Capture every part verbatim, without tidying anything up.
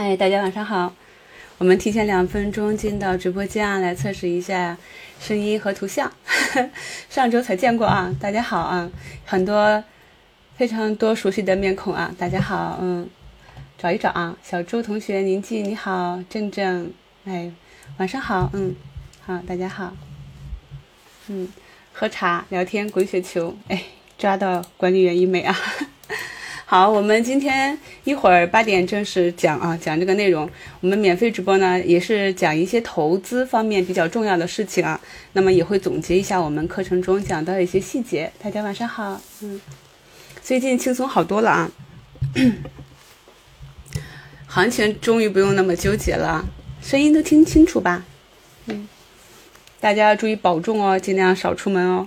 嗨，大家晚上好。我们提前两分钟进到直播间啊，来测试一下声音和图像。上周才见过啊，大家好啊，很多非常多熟悉的面孔啊，大家好，嗯，找一找啊。小周同学，宁静你好，正正，哎，晚上好，嗯，好，大家好，嗯，喝茶聊天滚雪球，哎，抓到管理员一美啊。好，我们今天一会儿八点正式讲啊，讲这个内容。我们免费直播呢，也是讲一些投资方面比较重要的事情啊。那么也会总结一下我们课程中讲到的一些细节。大家晚上好，嗯，最近轻松好多了啊，行情终于不用那么纠结了，声音都听清楚吧？嗯，大家要注意保重哦，尽量少出门哦。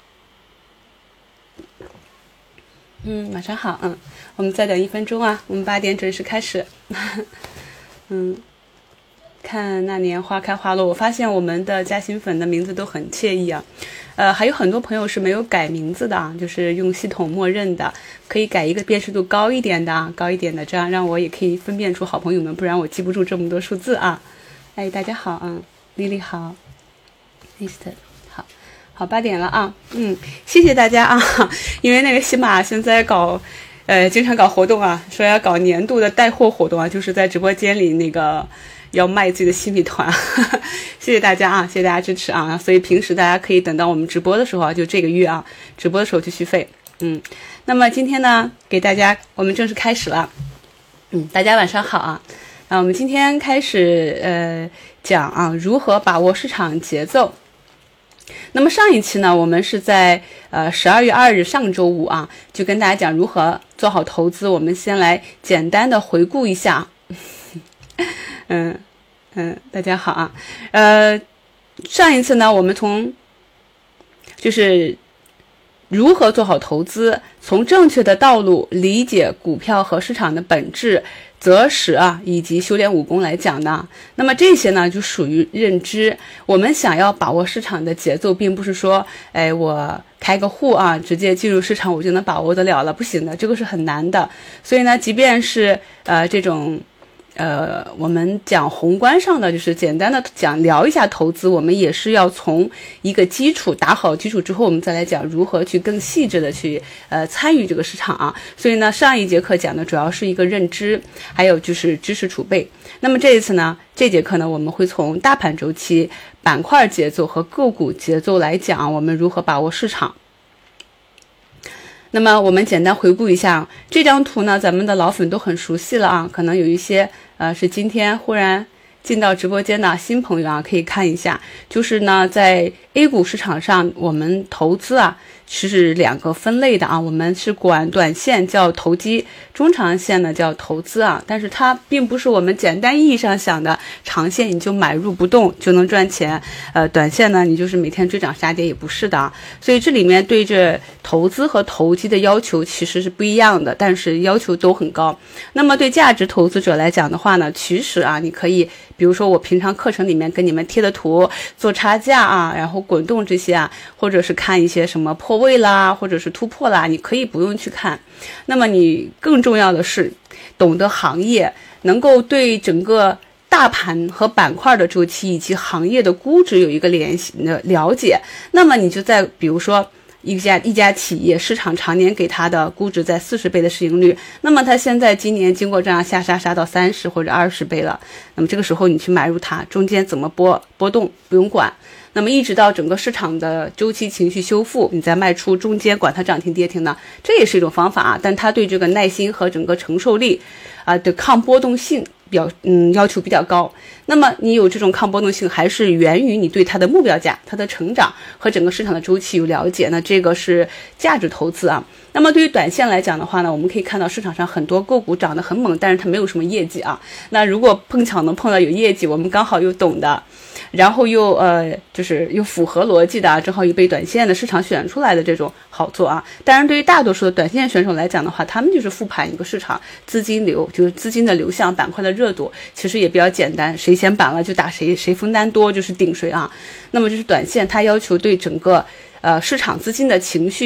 嗯，晚上好，嗯，我们再等一分钟啊，我们八点准时开始。嗯，看那年花开花落，我发现我们的嘉兴粉的名字都很惬意啊，呃，还有很多朋友是没有改名字的啊，就是用系统默认的，可以改一个辨识度高一点的啊，高一点的，这样让我也可以分辨出好朋友们，不然我记不住这么多数字啊。哎，大家好，嗯，丽丽好 ，Easter。好，八点了啊，嗯，谢谢大家啊，因为那个喜马现在搞，呃，经常搞活动啊，说要搞年度的带货活动啊，就是在直播间里那个要卖自己的新米团，谢谢大家啊，谢谢大家支持啊，所以平时大家可以等到我们直播的时候啊，就这个月啊，直播的时候就续费，嗯，那么今天呢，给大家我们正式开始了，嗯，大家晚上好啊，啊，我们今天开始呃讲啊，如何把握市场节奏。那么上一期呢，我们是在呃十二月二日上周五啊，就跟大家讲如何做好投资。我们先来简单的回顾一下，嗯嗯，大家好啊，呃，上一次呢，我们从就是如何做好投资，从正确的道路理解股票和市场的本质。择时啊，以及修炼武功来讲呢，那么这些呢就属于认知。我们想要把握市场的节奏，并不是说，哎，我开个户啊，直接进入市场我就能把握得了了，不行的，这个是很难的。所以呢，即便是呃这种。呃，我们讲宏观上的，就是简单的讲聊一下投资，我们也是要从一个基础打好基础之后，我们再来讲如何去更细致的去呃参与这个市场啊。所以呢，上一节课讲的主要是一个认知，还有就是知识储备。那么这一次呢，这节课呢，我们会从大盘周期、板块节奏和个股节奏来讲，我们如何把握市场。那么我们简单回顾一下这张图呢，咱们的老粉都很熟悉了啊，可能有一些呃是今天忽然进到直播间的新朋友啊，可以看一下，就是呢在 A 股市场上，我们投资啊是两个分类的啊，我们是管短线叫投机，中长线呢叫投资啊，但是它并不是我们简单意义上想的长线你就买入不动就能赚钱，呃，短线呢你就是每天追涨杀跌也不是的啊，所以这里面对这投资和投机的要求其实是不一样的，但是要求都很高。那么对价值投资者来讲的话呢，其实啊，你可以比如说我平常课程里面跟你们贴的图做差价啊，然后滚动这些啊，或者是看一些什么破位啦，或者是突破啦，你可以不用去看。那么你更重要的是懂得行业，能够对整个大盘和板块的周期以及行业的估值有一个联系的了解。那么你就在比如说一家一家企业市场常年给它的估值在四十倍的市盈率，那么它现在今年经过这样下杀杀到三十或者二十倍了，那么这个时候你去买入它，中间怎么波波动不用管，那么一直到整个市场的周期情绪修复，你再卖出，中间管它涨停跌停呢，这也是一种方法啊，但它对这个耐心和整个承受力啊、呃、的抗波动性表嗯要求比较高。那么你有这种抗波动性，还是源于你对它的目标价、它的成长和整个市场的周期有了解，那这个是价值投资啊。那么对于短线来讲的话呢，我们可以看到市场上很多个股涨得很猛，但是它没有什么业绩啊。那如果碰巧能碰到有业绩，我们刚好又懂的，然后又呃就是又符合逻辑的，正好又被短线的市场选出来的这种好做啊。当然对于大多数的短线选手来讲的话，他们就是复盘一个市场资金流，就是资金的流向、板块的热度，其实也比较简单，谁先板了就打谁，谁分单多就是顶谁啊。那么就是短线它要求对整个呃市场资金的情绪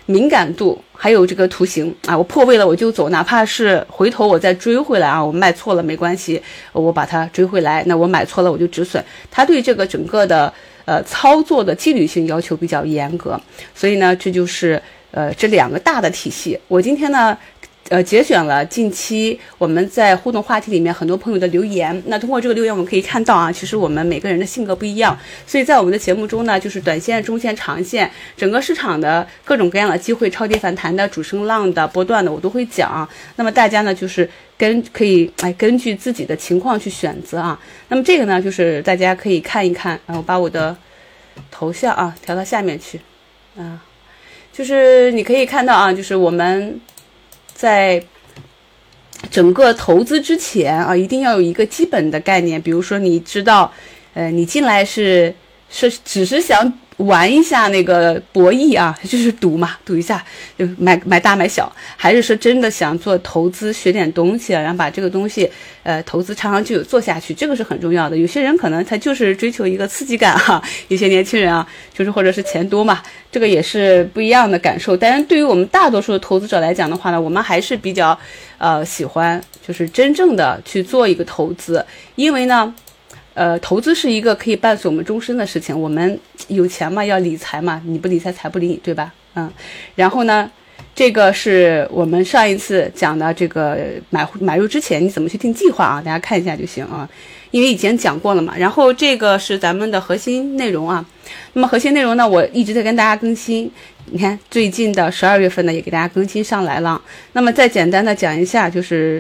敏感度，还有这个图形啊，我破位了我就走，哪怕是回头我再追回来啊，我卖错了没关系，我把它追回来，那我买错了我就止损。它对这个整个的呃操作的纪律性要求比较严格，所以呢，这就是呃这两个大的体系。我今天呢。呃，节选了近期我们在互动话题里面很多朋友的留言。那通过这个留言，我们可以看到啊，其实我们每个人的性格不一样，所以在我们的节目中呢，就是短线、中线、长线，整个市场的各种各样的机会、超跌反弹的、主升浪的、波段的，我都会讲。那么大家呢，就是跟可以哎根据自己的情况去选择啊。那么这个呢，就是大家可以看一看。啊，我把我的头像啊调到下面去啊，就是你可以看到啊，就是我们。在整个投资之前啊，一定要有一个基本的概念，比如说你知道，呃，你进来是是只是想玩一下那个博弈啊，就是赌嘛，赌一下就买买大买小，还是说真的想做投资学点东西，然后把这个东西呃投资长长久久做下去，这个是很重要的。有些人可能他就是追求一个刺激感哈、啊，有些年轻人啊，就是或者是钱多嘛，这个也是不一样的感受。但是对于我们大多数的投资者来讲的话呢，我们还是比较呃喜欢就是真正的去做一个投资，因为呢。呃，投资是一个可以伴随我们终身的事情。我们有钱嘛，要理财嘛，你不理财，财不理你，对吧？嗯，然后呢，这个是我们上一次讲的这个买买入之前你怎么去定计划啊？大家看一下就行啊，因为以前讲过了嘛。然后这个是咱们的核心内容啊。那么核心内容呢，我一直在跟大家更新。你看最近的十二月份呢，也给大家更新上来了。那么再简单的讲一下，就是。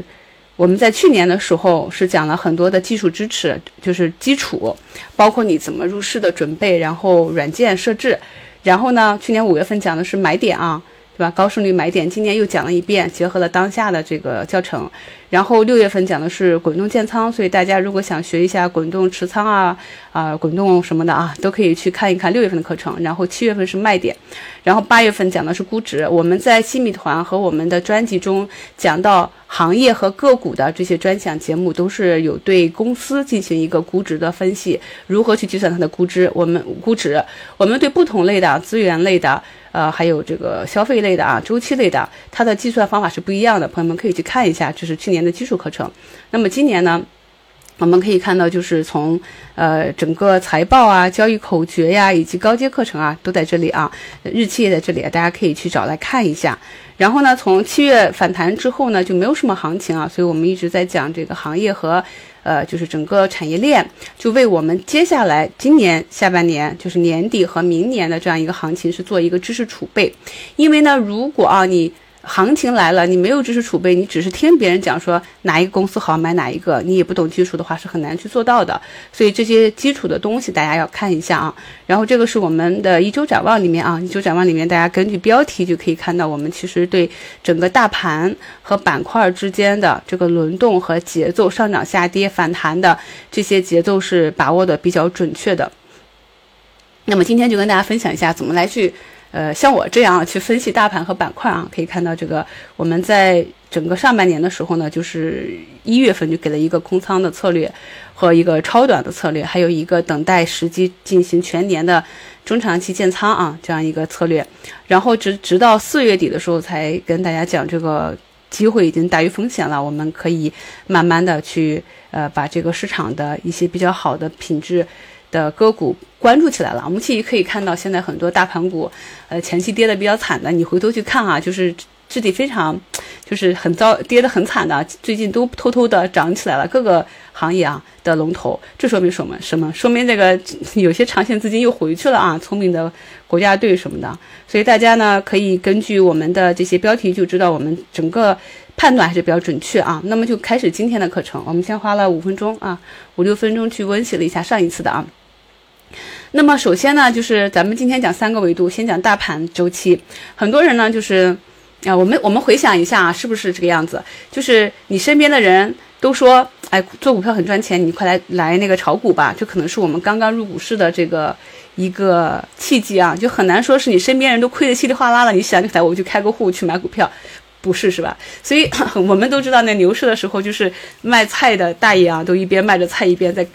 我们在去年的时候是讲了很多的技术支持，就是基础，包括你怎么入市的准备，然后软件设置，然后呢，去年五月份讲的是买点啊，对吧？高胜率买点，今年又讲了一遍，结合了当下的这个教程。然后六月份讲的是滚动建仓，所以大家如果想学一下滚动持仓啊啊、呃、滚动什么的啊，都可以去看一看六月份的课程。然后七月份是卖点，然后八月份讲的是估值。我们在新米团和我们的专辑中讲到行业和个股的这些专享节目，都是有对公司进行一个估值的分析，如何去计算它的估值。我们估值，我们对不同类的资源类的。呃，还有这个消费类的啊，周期类的，它的计算方法是不一样的，朋友们可以去看一下，这是去年的基础课程。那么今年呢，我们可以看到，就是从呃整个财报啊、交易口诀呀，以及高阶课程啊，都在这里啊，日期也在这里，大家可以去找来看一下。然后呢，从七月反弹之后呢，就没有什么行情啊，所以我们一直在讲这个行业和。呃，就是整个产业链，就为我们接下来今年下半年，就是年底和明年的这样一个行情是做一个知识储备。因为呢，如果啊你行情来了，你没有知识储备，你只是听别人讲说哪一个公司好买哪一个，你也不懂技术的话是很难去做到的。所以这些基础的东西大家要看一下啊。然后这个是我们的一周展望里面啊，一周展望里面大家根据标题就可以看到，我们其实对整个大盘和板块之间的这个轮动和节奏，上涨下跌反弹的这些节奏是把握的比较准确的。那么今天就跟大家分享一下怎么来去呃，像我这样去分析大盘和板块啊，可以看到这个我们在整个上半年的时候呢，就是一月份就给了一个空仓的策略和一个超短的策略，还有一个等待时机进行全年的中长期建仓啊这样一个策略，然后直直到四月底的时候才跟大家讲这个机会已经大于风险了，我们可以慢慢的去呃把这个市场的一些比较好的品质的个股关注起来了。我们其实可以看到现在很多大盘股呃前期跌的比较惨的，你回头去看啊，就是质地非常就是很糟，跌得很惨的，最近都偷偷的涨起来了，各个行业啊的龙头。这说明什么什么说明这个有些长线资金又回去了啊，聪明的国家队什么的。所以大家呢可以根据我们的这些标题就知道我们整个判断还是比较准确啊。那么就开始今天的课程，我们先花了五分钟啊五六分钟去温习了一下上一次的啊。那么首先呢，就是咱们今天讲三个维度，先讲大盘周期。很多人呢就是啊，我们我们回想一下啊，是不是这个样子？就是你身边的人都说，哎，做股票很赚钱，你快来来那个炒股吧。这可能是我们刚刚入股市的这个一个契机啊，就很难说是你身边人都亏得稀里哗啦了，你想起来我就开个户去买股票。不是是吧？所以我们都知道，那牛市的时候，就是卖菜的大爷啊，都一边卖着菜一边在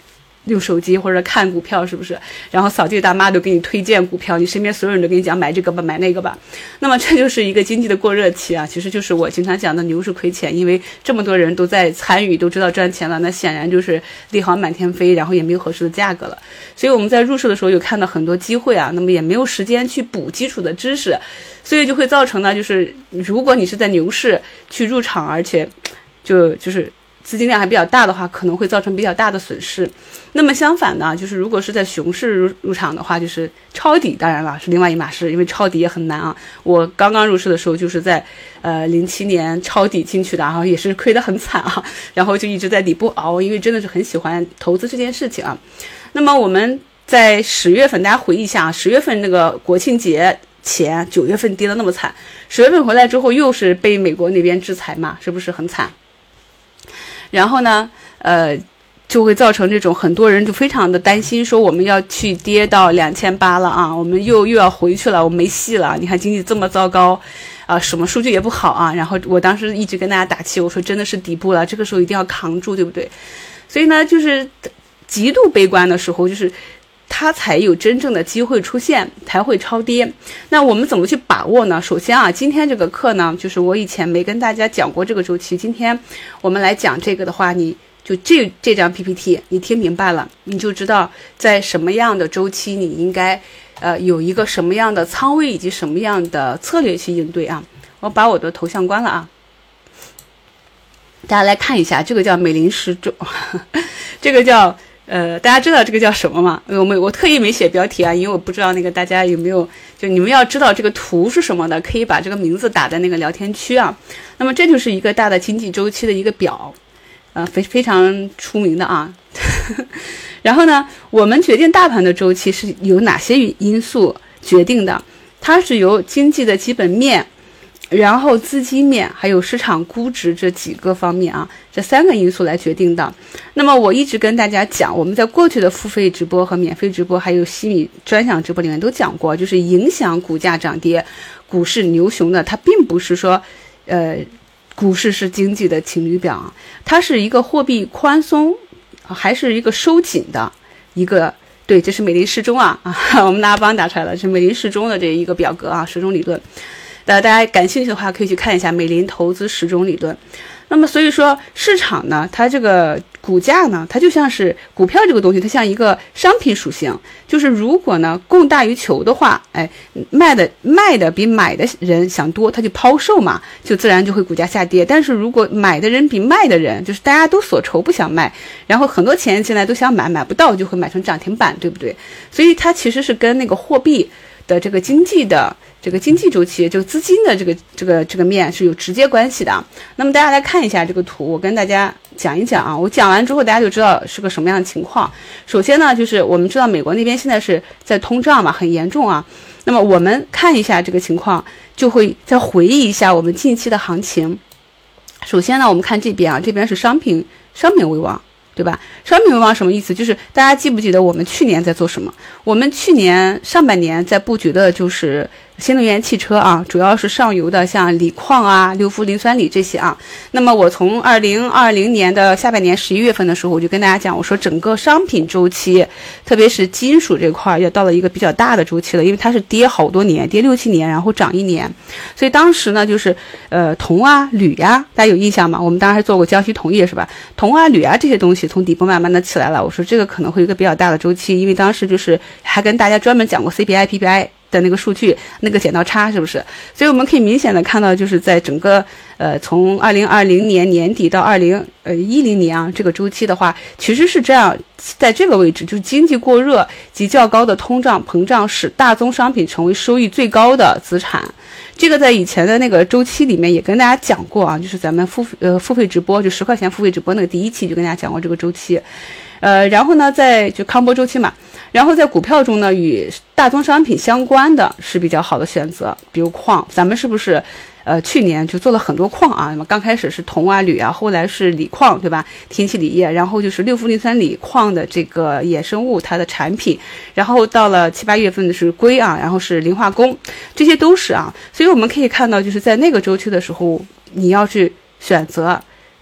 用手机或者看股票，是不是？然后扫地大妈都给你推荐股票，你身边所有人都跟你讲买这个吧，买那个吧。那么这就是一个经济的过热期啊，其实就是我经常讲的牛市亏钱，因为这么多人都在参与，都知道赚钱了，那显然就是利好满天飞，然后也没有合适的价格了。所以我们在入市的时候有看到很多机会啊，那么也没有时间去补基础的知识，所以就会造成呢，就是如果你是在牛市去入场，而且就就是资金量还比较大的话，可能会造成比较大的损失。那么相反呢，就是如果是在熊市入入场的话，就是抄底，当然了是另外一码事，因为抄底也很难啊。我刚刚入市的时候就是在呃零七年抄底进去的，然后也是亏得很惨啊，然后就一直在底部熬，因为真的是很喜欢投资这件事情啊。那么我们在十月份，大家回忆一下啊，十月份那个国庆节前，九月份跌得那么惨，十月份回来之后又是被美国那边制裁嘛，是不是很惨？然后呢，呃，就会造成这种很多人就非常的担心，说我们要去跌到两千八了啊，我们又又要回去了，我们没戏了。你看经济这么糟糕，啊、呃，什么数据也不好啊。然后我当时一直跟大家打气，我说真的是底部了，这个时候一定要扛住，对不对？所以呢，就是极度悲观的时候，就是它才有真正的机会出现，才会超跌。那我们怎么去把握呢？首先啊，今天这个课呢，就是我以前没跟大家讲过这个周期，今天我们来讲这个的话，你就这这张 P P T 你听明白了，你就知道在什么样的周期你应该呃有一个什么样的仓位以及什么样的策略去应对啊。我把我的头像关了啊，大家来看一下，这个叫美林时钟，这个叫呃，大家知道这个叫什么吗？我们我特意没写标题啊，因为我不知道那个大家有没有，就你们要知道这个图是什么的，可以把这个名字打在那个聊天区啊。那么这就是一个大的经济周期的一个表，呃，非非常出名的啊。然后呢，我们决定大盘的周期是由哪些因素决定的？它是由经济的基本面，然后资金面还有市场估值这几个方面啊，这三个因素来决定的。那么我一直跟大家讲，我们在过去的付费直播和免费直播还有西米专享直播里面都讲过，就是影响股价涨跌、股市牛熊的，它并不是说呃股市是经济的晴雨表啊，它是一个货币宽松还是一个收紧的一个，对，这是美林时钟啊啊，我们大家帮打出来了，是美林时钟的这一个表格啊，时钟理论。呃，大家感兴趣的话，可以去看一下美林投资时钟理论。那么，所以说市场呢，它这个股价呢，它就像是股票这个东西，它像一个商品属性，就是如果呢供大于求的话，哎，卖的卖的比买的人想多，它就抛售嘛，就自然就会股价下跌。但是如果买的人比卖的人，就是大家都所筹不想卖，然后很多钱进来都想买，买不到就会买成涨停板，对不对？所以它其实是跟那个货币的这个经济的这个经济周期，这个资金的这个这个这个面是有直接关系的。那么大家来看一下这个图，我跟大家讲一讲啊。我讲完之后，大家就知道是个什么样的情况。首先呢，就是我们知道美国那边现在是在通胀嘛，很严重啊。那么我们看一下这个情况，就会再回忆一下我们近期的行情。首先呢，我们看这边啊，这边是商品商品为王，对吧？商品为王什么意思？就是大家记不记得我们去年在做什么？我们去年上半年在布局的就是新能源汽车啊，主要是上游的，像锂矿啊、六氟磷酸锂这些啊。那么我从二零二零年的下半年十一月份的时候，我就跟大家讲，我说整个商品周期，特别是金属这块，要到了一个比较大的周期了，因为它是跌好多年，跌六七年，然后涨一年。所以当时呢，就是呃铜啊、铝呀、啊，大家有印象吗？我们当时还做过江西铜业是吧？铜啊、铝啊这些东西从底部慢慢的起来了。我说这个可能会有一个比较大的周期，因为当时就是还跟大家专门讲过 C P I、P P I。的那个数据，那个剪刀差是不是？所以我们可以明显的看到，就是在整个呃从二零二零年年底到二零呃一零年啊这个周期的话，其实是这样，在这个位置，就是经济过热及较高的通胀膨胀使大宗商品成为收益最高的资产。这个在以前的那个周期里面也跟大家讲过啊，就是咱们付呃付费直播就十块钱付费直播那个第一期就跟大家讲过这个周期。呃，然后呢，在就康波周期嘛，然后在股票中呢，与大宗商品相关的是比较好的选择，比如矿，咱们是不是呃去年就做了很多矿啊？那么刚开始是铜啊、铝啊，后来是锂矿，对吧？天齐锂业，然后就是六氟磷酸锂矿的这个衍生物它的产品，然后到了七八月份的是硅啊，然后是磷化工，这些都是啊。所以我们可以看到，就是在那个周期的时候，你要去选择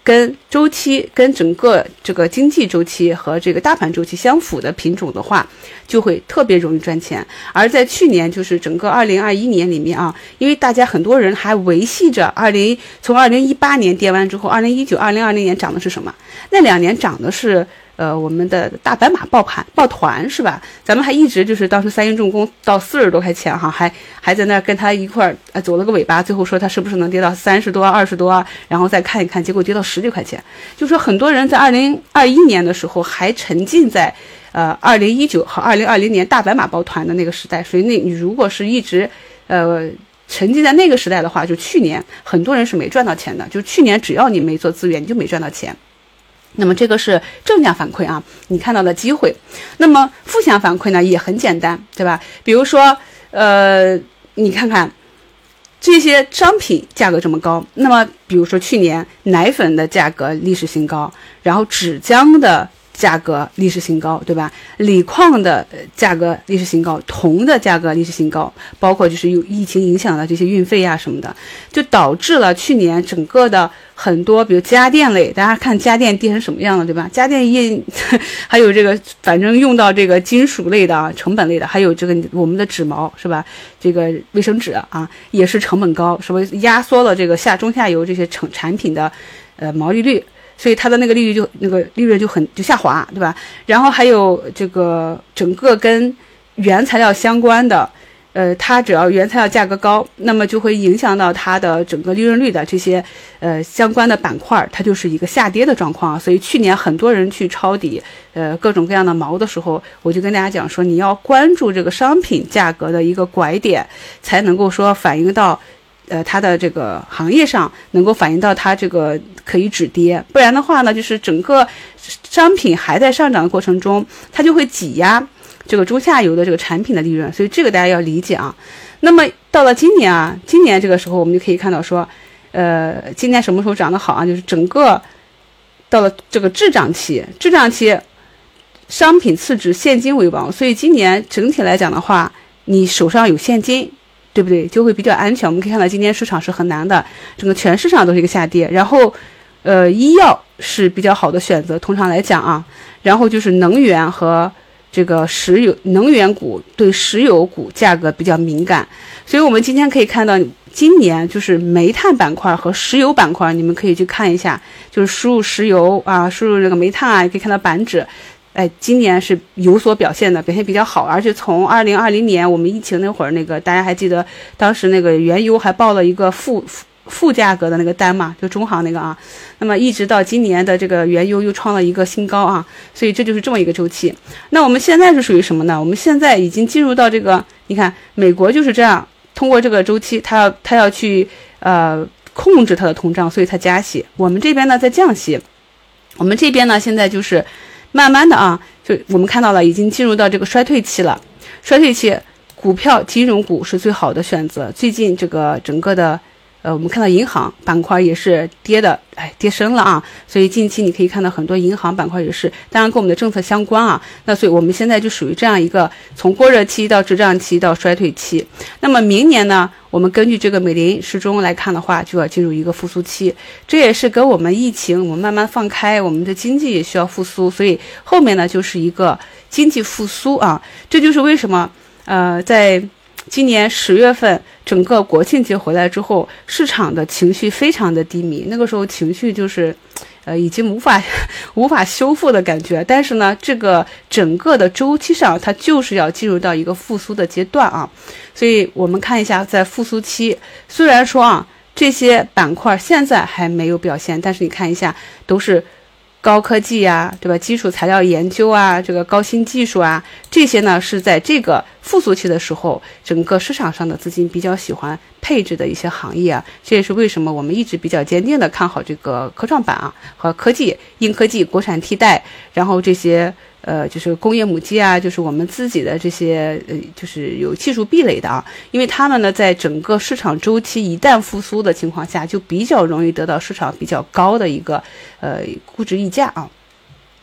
跟周期、跟整个这个经济周期和这个大盘周期相符的品种的话，就会特别容易赚钱。而在去年，就是整个二零二一年里面啊，因为大家很多人还维系着二零从二零一八年跌完之后，二零一九、二零二零年涨的是什么？那两年涨的是。呃，我们的大白马抱盘抱团是吧？咱们还一直就是当时三鹰重工到四十多块钱哈，还还在那跟他一块儿呃走了个尾巴，最后说他是不是能跌到三十多、二十多啊？然后再看一看，结果跌到十几块钱。就说很多人在二零二一年的时候还沉浸在呃二零一九和二零二零年大白马抱团的那个时代，所以那你如果是一直呃。沉浸在那个时代的话，就去年很多人是没赚到钱的，就去年只要你没做资源，你就没赚到钱。那么这个是正向反馈啊，你看到的机会。那么负向反馈呢也很简单，对吧？比如说，呃，你看看这些商品价格这么高，那么比如说去年奶粉的价格历史新高，然后纸浆的价格历史新高，对吧？锂矿的价格历史新高，铜的价格历史新高，包括就是有疫情影响的这些运费啊什么的，就导致了去年整个的很多，比如家电类，大家看家电跌成什么样了，对吧？家电业还有这个，反正用到这个金属类的啊，成本类的，还有这个我们的纸毛是吧？这个卫生纸啊，也是成本高，是不是压缩了这个下中下游这些成产品的呃毛利率？所以它的那个利率就那个利润就很就下滑，对吧？然后还有这个整个跟原材料相关的，呃，它只要原材料价格高，那么就会影响到它的整个利润率的这些呃相关的板块，它就是一个下跌的状况。所以去年很多人去抄底呃各种各样的毛的时候，我就跟大家讲说，你要关注这个商品价格的一个拐点，才能够说反映到。呃，它的这个行业上能够反映到它这个可以止跌，不然的话呢，就是整个商品还在上涨的过程中，它就会挤压这个中下游的这个产品的利润，所以这个大家要理解啊。那么到了今年啊，今年这个时候我们就可以看到说，呃，今年什么时候涨得好啊？就是整个到了这个滞涨期，滞涨期，商品次之，现金为王，所以今年整体来讲的话，你手上有现金。对不对？就会比较安全。我们可以看到今天市场是很难的，整个全市场都是一个下跌。然后，呃，医药是比较好的选择，通常来讲啊。然后就是能源和这个石油，能源股对石油股价格比较敏感，所以我们今天可以看到，今年就是煤炭板块和石油板块，你们可以去看一下，就是输入石油啊，输入这个煤炭啊，也可以看到板指。哎，今年是有所表现的，表现比较好，而且从二零二零年我们疫情那会儿，那个大家还记得，当时那个原油还报了一个负负价格的那个单嘛，就中行那个啊，那么一直到今年的这个原油又创了一个新高啊，所以这就是这么一个周期。那我们现在是属于什么呢？我们现在已经进入到这个，你看美国就是这样，通过这个周期，它要它要去呃控制它的通胀，所以它加息。我们这边呢在降息，我们这边呢现在就是。慢慢的啊，就我们看到了，已经进入到这个衰退期了。衰退期，股票、金融股是最好的选择。最近这个整个的，呃，我们看到银行板块也是跌的，哎，跌深了啊。所以近期你可以看到很多银行板块也是，当然跟我们的政策相关啊。那所以我们现在就属于这样一个从过热期到滞胀期到衰退期。那么明年呢？我们根据这个美林时钟来看的话，就要进入一个复苏期，这也是跟我们疫情我们慢慢放开，我们的经济也需要复苏，所以后面呢就是一个经济复苏啊，这就是为什么呃在今年十月份整个国庆节回来之后，市场的情绪非常的低迷，那个时候情绪就是呃，已经无法无法修复的感觉，但是呢，这个整个的周期上，它就是要进入到一个复苏的阶段啊，所以我们看一下，在复苏期，虽然说啊，这些板块现在还没有表现，但是你看一下，都是高科技啊，对吧？基础材料研究啊，这个高新技术啊，这些呢是在这个复苏期的时候，整个市场上的资金比较喜欢配置的一些行业啊，这也是为什么我们一直比较坚定的看好这个科创板啊和科技、硬科技、国产替代，然后这些呃就是工业母机啊，就是我们自己的这些呃就是有技术壁垒的啊，因为他们呢在整个市场周期一旦复苏的情况下，就比较容易得到市场比较高的一个呃估值溢价啊。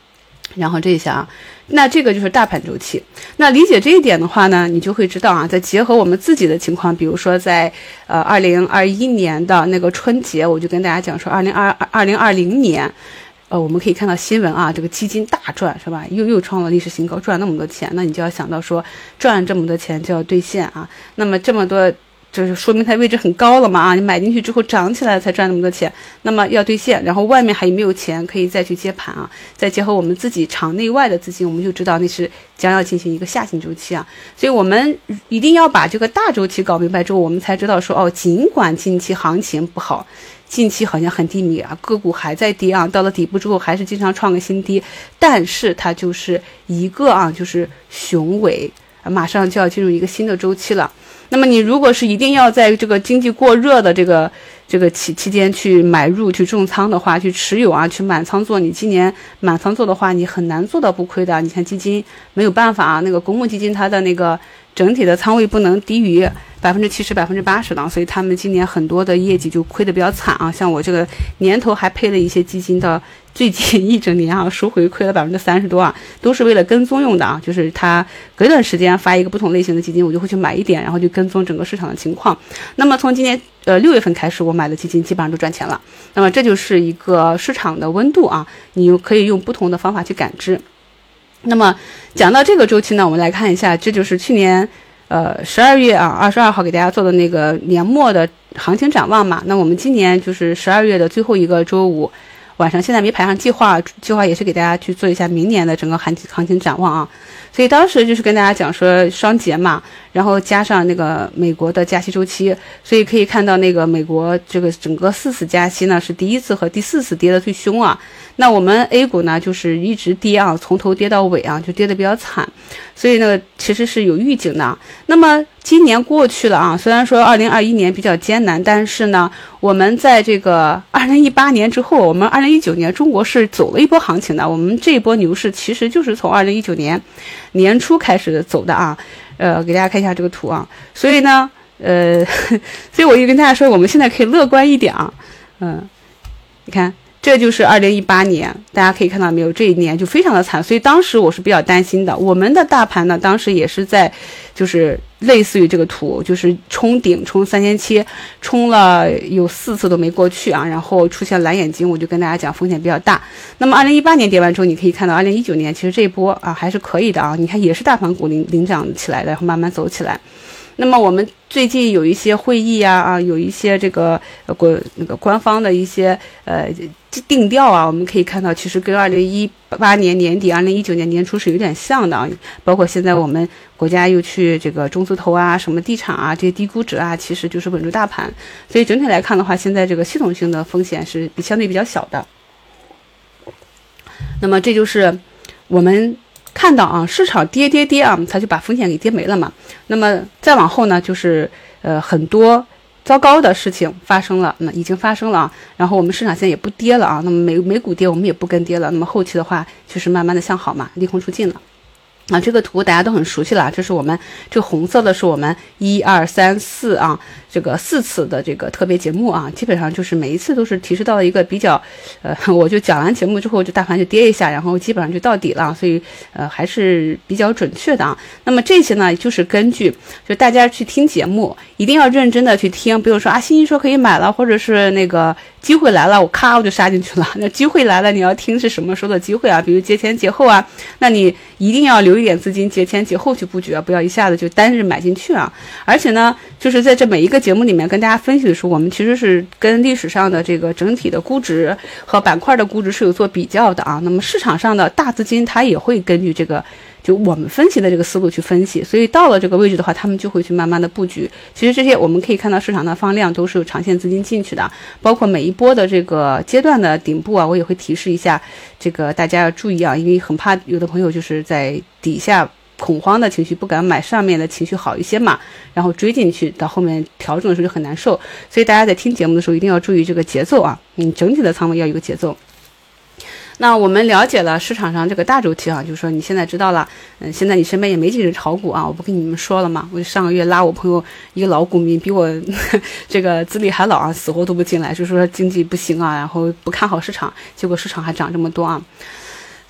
然后这一下啊，那这个就是大盘周期。那理解这一点的话呢，你就会知道啊，再结合我们自己的情况，比如说在呃二零二一年的那个春节，我就跟大家讲说，二零二二零二零年。呃，我们可以看到新闻啊，这个基金大赚是吧？又又创了历史新高，赚那么多钱，那你就要想到说，赚这么多钱就要兑现啊。那么这么多，就是说明它位置很高了嘛啊，你买进去之后涨起来才赚那么多钱，那么要兑现，然后外面还有没有钱可以再去接盘啊？再结合我们自己场内外的资金，我们就知道那是将要进行一个下行周期啊。所以我们一定要把这个大周期搞明白之后，我们才知道说哦，尽管近期行情不好。近期好像很低迷啊，个股还在跌啊，到了底部之后还是经常创个新低，但是它就是一个啊，就是雄伟啊，马上就要进入一个新的周期了。那么你如果是一定要在这个经济过热的这个这个期期间去买入去重仓的话，去持有啊，去满仓做，你今年满仓做的话，你很难做到不亏的。你看基金没有办法啊，那个公募基金它的那个整体的仓位不能低于百分之七十、百分之八十的，所以他们今年很多的业绩就亏得比较惨啊。像我这个年头还配了一些基金，到最近一整年啊，赎回亏了百分之三十多啊，都是为了跟踪用的啊。就是他隔一段时间发一个不同类型的基金，我就会去买一点，然后就跟踪整个市场的情况。那么从今年呃六月份开始，我买的基金基本上都赚钱了。那么这就是一个市场的温度啊，你可以用不同的方法去感知。那么讲到这个周期呢，我们来看一下，这就是去年呃十二月啊二十二号给大家做的那个年末的行情展望嘛。那我们今年就是十二月的最后一个周五晚上，现在没排上计划，计划也是给大家去做一下明年的整个行情行情展望啊。所以当时就是跟大家讲说双节嘛，然后加上那个美国的加息周期，所以可以看到那个美国这个整个四次加息呢是第一次和第四次跌得最凶啊。那我们 A 股呢就是一直跌啊，从头跌到尾啊，就跌得比较惨，所以呢其实是有预警的。那么今年过去了啊，虽然说二零二一年比较艰难，但是呢我们在这个二零一八年之后，我们二零一九年中国是走了一波行情的。我们这一波牛市其实就是从二零一九年年初开始走的啊。呃，给大家看一下这个图啊。所以呢，呃，所以我就跟大家说，我们现在可以乐观一点啊。嗯、呃，你看。这就是二零一八年，大家可以看到没有，这一年就非常的惨，所以当时我是比较担心的。我们的大盘呢，当时也是在，就是类似于这个图，就是冲顶冲三千七，冲了有四次都没过去啊，然后出现蓝眼睛，我就跟大家讲风险比较大。那么二零一八年跌完之后，你可以看到二零一九年其实这一波啊还是可以的啊，你看也是大盘股领领涨起来的，然后慢慢走起来。那么我们最近有一些会议啊啊，有一些这个呃国那个官方的一些呃定调啊，我们可以看到其实跟二零一八年年底、二零一九年年初是有点像的啊。包括现在我们国家又去这个中字头啊、什么地产啊这些低估值啊，其实就是稳住大盘。所以整体来看的话，现在这个系统性的风险是比相对比较小的。那么这就是我们看到啊，市场跌跌跌啊，它就把风险给跌没了嘛。那么再往后呢，就是呃很多糟糕的事情发生了，那已经发生了啊。然后我们市场现在也不跌了啊，那么美美股跌，我们也不跟跌了。那么后期的话，就是慢慢的向好嘛，利空出尽了。啊，这个图大家都很熟悉了，这是我们这个红色的是我们一二三四啊，这个四次的这个特别节目啊，基本上就是每一次都是提示到了一个比较，呃，我就讲完节目之后，就大盘就跌一下，然后基本上就到底了，所以呃还是比较准确的啊。那么这些呢，就是根据就大家去听节目，一定要认真的去听，比如说啊，欣欣说可以买了，或者是那个机会来了，我咔我就杀进去了。那机会来了，你要听是什么时候的机会啊？比如节前节后啊，那你一定要留一点资金节前节后去布局啊，不要一下子就单日买进去啊。而且呢，就是在这每一个节目里面跟大家分析的时候，我们其实是跟历史上的这个整体的估值和板块的估值是有做比较的啊。那么市场上的大资金它也会根据这个就我们分析的这个思路去分析，所以到了这个位置的话，他们就会去慢慢的布局。其实这些我们可以看到市场的放量都是有长线资金进去的，包括每一波的这个阶段的顶部啊，我也会提示一下，这个大家要注意啊，因为很怕有的朋友就是在底下恐慌的情绪不敢买，上面的情绪好一些嘛，然后追进去，到后面调整的时候就很难受。所以大家在听节目的时候一定要注意这个节奏啊，你整体的仓位要有一个节奏。那我们了解了市场上这个大周期啊，就是说你现在知道了，嗯，现在你身边也没几个人炒股啊，我不跟你们说了吗？我就上个月拉我朋友一个老股民，比我呵这个资历还老啊，死活都不进来，就说经济不行啊，然后不看好市场，结果市场还涨这么多啊。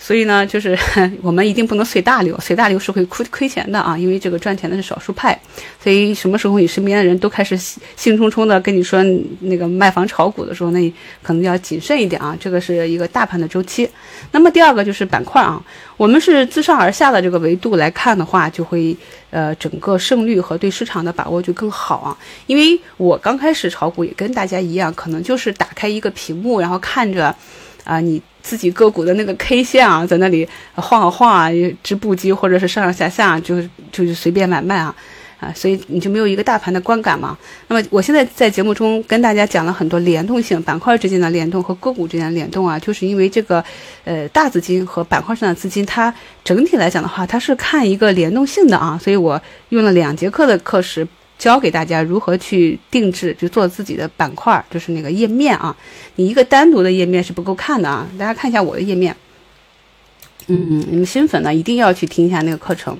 所以呢，就是我们一定不能随大流，随大流是会亏亏钱的啊，因为这个赚钱的是少数派。所以什么时候你身边的人都开始兴冲冲的跟你说那个卖房炒股的时候，那你可能要谨慎一点啊。这个是一个大盘的周期。那么第二个就是板块啊，我们是自上而下的这个维度来看的话，就会呃整个胜率和对市场的把握就更好啊。因为我刚开始炒股也跟大家一样，可能就是打开一个屏幕，然后看着啊、呃、你自己个股的那个 K 线啊，在那里晃啊晃啊，织布机或者是上上下下，就就是随便买卖啊。啊，所以你就没有一个大盘的观感嘛。那么我现在在节目中跟大家讲了很多联动性，板块之间的联动和个股之间的联动啊，就是因为这个呃大资金和板块上的资金，它整体来讲的话，它是看一个联动性的啊。所以我用了两节课的课时教给大家如何去定制，就做自己的板块，就是那个页面啊。你一个单独的页面是不够看的啊。大家看一下我的页面，嗯，你们新粉呢一定要去听一下那个课程。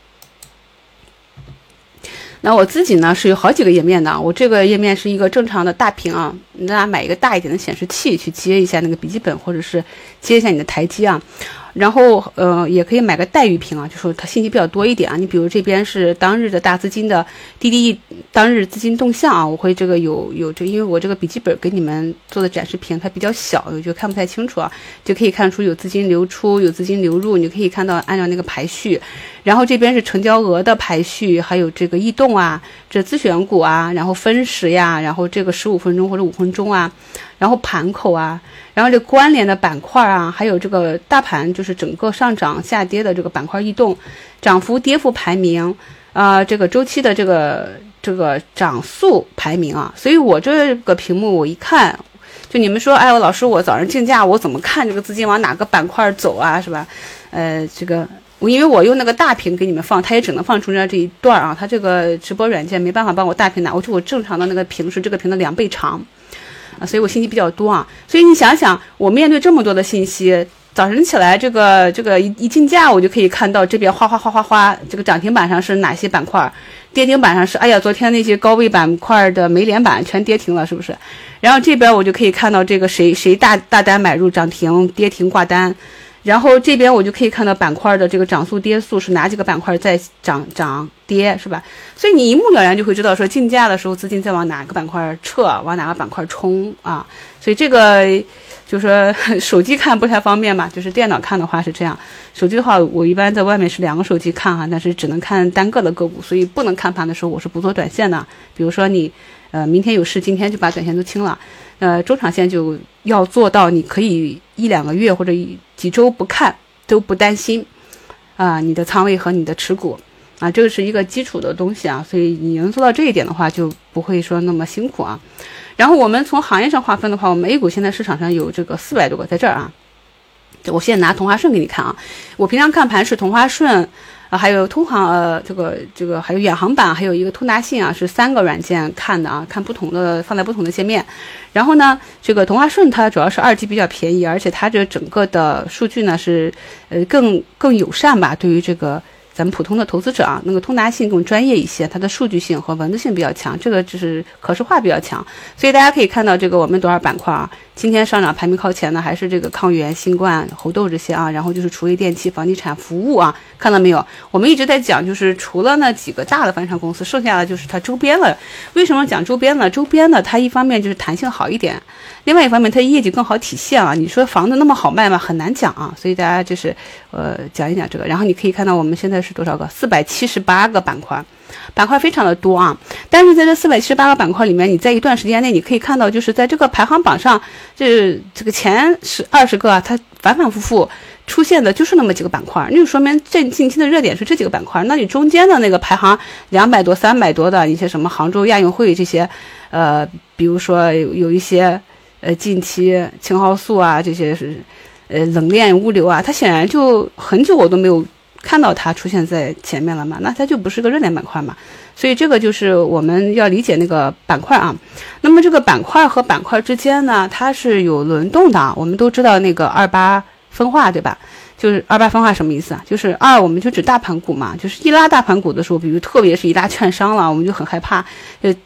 那我自己呢是有好几个页面的，我这个页面是一个正常的大屏啊，你大家买一个大一点的显示器去接一下那个笔记本，或者是接一下你的台机啊。然后呃也可以买个带鱼屏啊，就说它信息比较多一点啊。你比如这边是当日的大资金的滴滴当日资金动向啊，我会这个有有这，因为我这个笔记本给你们做的展示屏它比较小，我就看不太清楚啊，就可以看出有资金流出，有资金流入，你可以看到按照那个排序。然后这边是成交额的排序，还有这个异动啊，这自选股啊，然后分时呀，然后这个十五分钟或者五分钟啊，然后盘口啊，然后这关联的板块啊，还有这个大盘就是整个上涨下跌的这个板块异动，涨幅跌幅排名啊、呃，这个周期的这个这个涨速排名啊。所以我这个屏幕我一看，就你们说，哎，我老师我早上竞价我怎么看这个资金往哪个板块走啊，是吧？呃，这个。因为我用那个大屏给你们放，它也只能放中间这一段啊，它这个直播软件没办法帮我大屏拿，我就我正常的那个屏是这个屏的两倍长啊，所以我信息比较多啊。所以你想想，我面对这么多的信息，早晨起来这个这个一一竞价，我就可以看到这边哗哗哗哗哗，这个涨停板上是哪些板块，跌停板上是哎呀，昨天那些高位板块的没连板全跌停了，是不是？然后这边我就可以看到这个谁谁大大单买入涨停，跌停挂单。然后这边我就可以看到板块的这个涨速跌速是哪几个板块在涨涨跌，是吧？所以你一目了然就会知道说竞价的时候资金在往哪个板块撤，往哪个板块冲啊。所以这个就是说手机看不太方便嘛，就是电脑看的话是这样。手机的话我一般在外面是两个手机看哈，但是只能看单个的个股，所以不能看盘的时候我是不做短线的。比如说你呃明天有事，今天就把短线都清了。呃，中长线就要做到，你可以一两个月或者几周不看都不担心啊、呃，你的仓位和你的持股啊，这个是一个基础的东西啊，所以你能做到这一点的话，就不会说那么辛苦啊。然后我们从行业上划分的话，我们 A 股现在市场上有这个四百多个，在这儿啊，我现在拿同花顺给你看啊，我平常看盘是同花顺。啊，还有通航呃，这个这个还有远航版，还有一个通达信啊，是三个软件看的啊，看不同的放在不同的界面。然后呢，这个同花顺它主要是二 G 比较便宜，而且它这整个的数据呢是呃更更友善吧，对于这个咱们普通的投资者啊，那个通达信更专业一些，它的数据性和文字性比较强，这个就是可视化比较强。所以大家可以看到这个我们多少板块啊，今天上涨排名靠前的还是这个抗原、新冠、猴痘这些啊，然后就是厨卫电器、房地产服务啊，看到没有？我们一直在讲，就是除了那几个大的房地产公司，剩下的就是它周边了。为什么讲周边呢？周边呢，它一方面就是弹性好一点，另外一方面它业绩更好体现啊。你说房子那么好卖吗？很难讲啊。所以大家就是呃讲一讲这个。然后你可以看到我们现在是多少个？四百七十八个板块。板块非常的多啊，但是在这四百七十八个板块里面，你在一段时间内，你可以看到，就是在这个排行榜上，这这个前十二十个啊，它反反复复出现的就是那么几个板块，那就说明这近期的热点是这几个板块。那你中间的那个排行两百多、三百多的一些什么杭州亚运会这些，呃，比如说有有一些呃近期青蒿素啊这些是呃冷链物流啊，它显然就很久我都没有看到它出现在前面了嘛，那它就不是个热点板块嘛。所以这个就是我们要理解那个板块啊。那么这个板块和板块之间呢，它是有轮动的。我们都知道那个二八分化，对吧？就是二八分化什么意思啊？就是二我们就指大盘股嘛，就是一拉大盘股的时候，比如特别是一拉券商了，我们就很害怕，就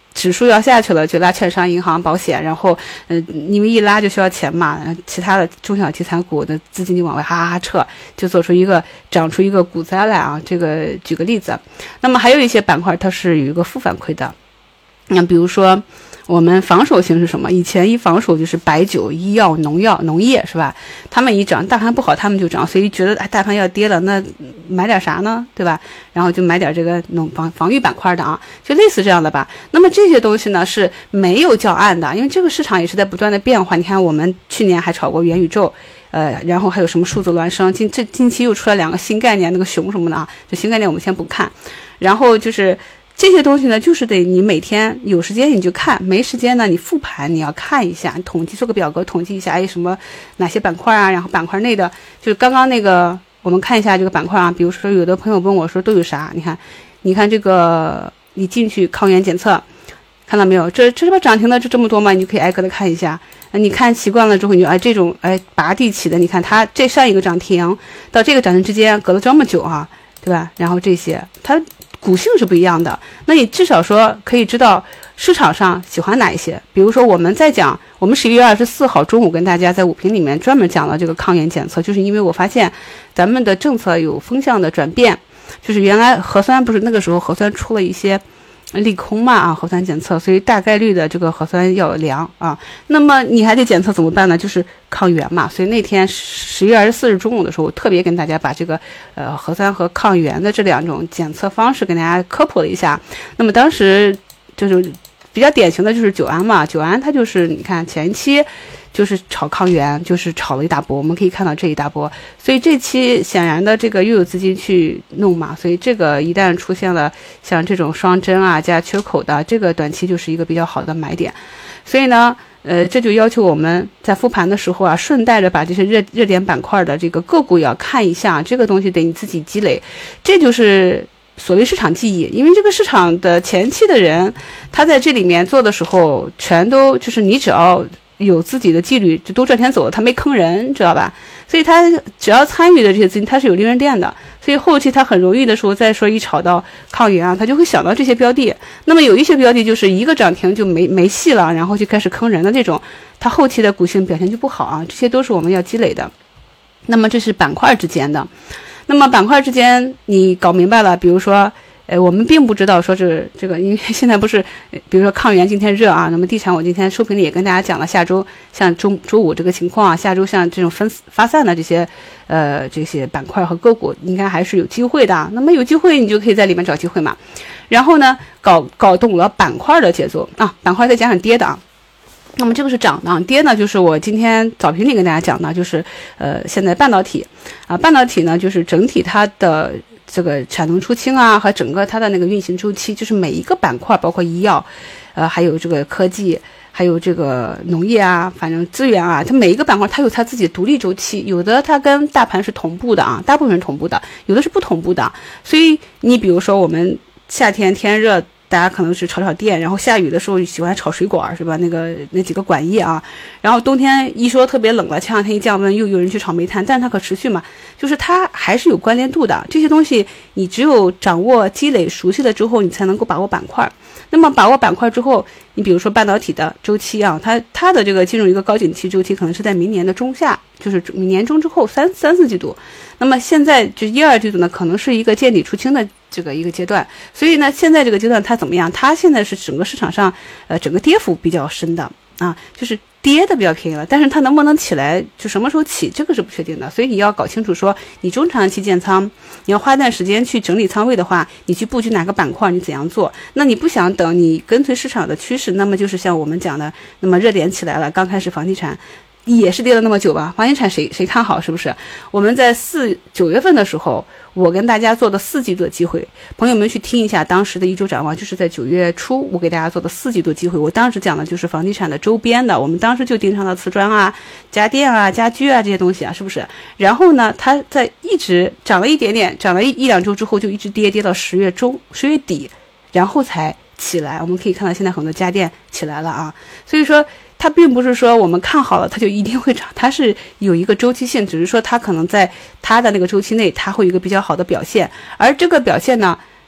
指数要下去了，就拉券商、银行、保险，然后，嗯、呃，因为一拉就需要钱嘛，其他的中小题材股的资金就往外哈哈哈撤，就做出一个长出一个股灾来啊。这个举个例子，那么还有一些板块它是有一个负反馈的，那比如说我们防守型是什么？以前一防守就是白酒、医药、农药、农业，是吧？他们一涨，大盘不好，他们就涨，所以觉得哎，大盘要跌了，那买点啥呢？对吧？然后就买点这个农防防御板块的啊，就类似这样的吧。那么这些东西呢是没有教案的，因为这个市场也是在不断的变化。你看，我们去年还炒过元宇宙，呃，然后还有什么数字孪生，近这近期又出来两个新概念，那个熊什么的啊，这新概念我们先不看，然后就是。这些东西呢，就是得你每天有时间你就看，没时间呢你复盘你要看一下，统计做个表格统计一下，哎什么哪些板块啊，然后板块内的，就是刚刚那个我们看一下这个板块啊，比如说有的朋友问我说都有啥，你看，你看这个你进去抗原检测，看到没有？这这是不涨停的这这么多吗？你就可以挨个的看一下。你看习惯了之后，你就哎这种哎拔地起的，你看它这上一个涨停到这个涨停之间隔了这么久啊，对吧？然后这些它。股性是不一样的，那你至少说可以知道市场上喜欢哪一些。比如说我们在讲，我们十一月二十四号中午跟大家在午评里面专门讲了这个抗原检测，就是因为我发现咱们的政策有风向的转变，就是原来核酸不是那个时候核酸出了一些利空嘛啊，核酸检测，所以大概率的这个核酸要量啊，那么你还得检测怎么办呢？就是抗原嘛。所以那天十月二十四日中午的时候，我特别跟大家把这个呃核酸和抗原的这两种检测方式跟大家科普了一下。那么当时就是比较典型的就是久安嘛，久安它就是你看前期就是炒抗原，就是炒了一大波，我们可以看到这一大波，所以这期显然的这个又有资金去弄嘛，所以这个一旦出现了像这种双针啊加缺口的，这个短期就是一个比较好的买点。所以呢呃，这就要求我们在复盘的时候啊，顺带着把这些热热点板块的这个个股也要看一下，这个东西得你自己积累，这就是所谓市场记忆。因为这个市场的前期的人他在这里面做的时候全都就是你只要有自己的纪律就都赚钱走了，他没坑人，知道吧？所以他只要参与的这些资金他是有利润垫的，所以后期他很容易的时候再说一炒到抗原啊，他就会想到这些标的。那么有一些标的就是一个涨停就没没戏了，然后就开始坑人的这种，他后期的股性表现就不好啊，这些都是我们要积累的。那么这是板块之间的，那么板块之间你搞明白了，比如说呃，我们并不知道说是这个，因为现在不是，比如说抗原今天热啊，那么地产我今天收评里也跟大家讲了，下周像周周五这个情况啊，下周像这种分发散的这些呃这些板块和个股，应该还是有机会的。那么有机会你就可以在里面找机会嘛。然后呢，搞搞懂了板块的节奏啊，板块再加上跌的啊。那么这个是涨的，跌呢就是我今天早评里跟大家讲的，就是呃现在半导体啊，半导体呢就是整体它的这个产能出清啊，和整个它的那个运行周期，就是每一个板块，包括医药，呃，还有这个科技，还有这个农业啊，反正资源啊，它每一个板块它有它自己的独立周期，有的它跟大盘是同步的啊，大部分是同步的，有的是不同步的。所以你比如说我们夏天天热，大家可能是炒炒店，然后下雨的时候喜欢炒水果，是吧？那个那几个管业啊，然后冬天一说特别冷了，前两天一降温，又有人去炒煤炭，但是它可持续嘛，就是它还是有关联度的。这些东西你只有掌握、积累、熟悉了之后，你才能够把握板块。那么把握板块之后，你比如说半导体的周期啊，它它的这个进入一个高景气周期，可能是在明年的中下，就是明年中之后三三四季度。那么现在就一二季度呢，可能是一个见底出清的这个一个阶段。所以呢，现在这个阶段它怎么样？它现在是整个市场上呃整个跌幅比较深的啊，就是跌的比较便宜了，但是它能不能起来，就什么时候起，这个是不确定的。所以你要搞清楚说，你中长期建仓，你要花一段时间去整理仓位的话，你去布局哪个板块，你怎样做？那你不想等你跟随市场的趋势，那么就是像我们讲的，那么热点起来了，刚开始房地产也是跌了那么久吧，房地产谁谁看好，是不是？我们在四九月份的时候，我跟大家做的四季度的机会，朋友们去听一下当时的一周展望，就是在九月初我给大家做的四季度机会。我当时讲的就是房地产的周边的，我们当时就盯上了瓷砖啊、家电啊、家居啊这些东西啊，是不是？然后呢，它在一直涨了一点点，涨了一一两周之后就一直跌，跌到十月中、十月底，然后才起来。我们可以看到现在很多家电起来了啊，所以说它并不是说我们看好了它就一定会涨，它是有一个周期性，只是说它可能在它的那个周期内它会有一个比较好的表现，而这个表现呢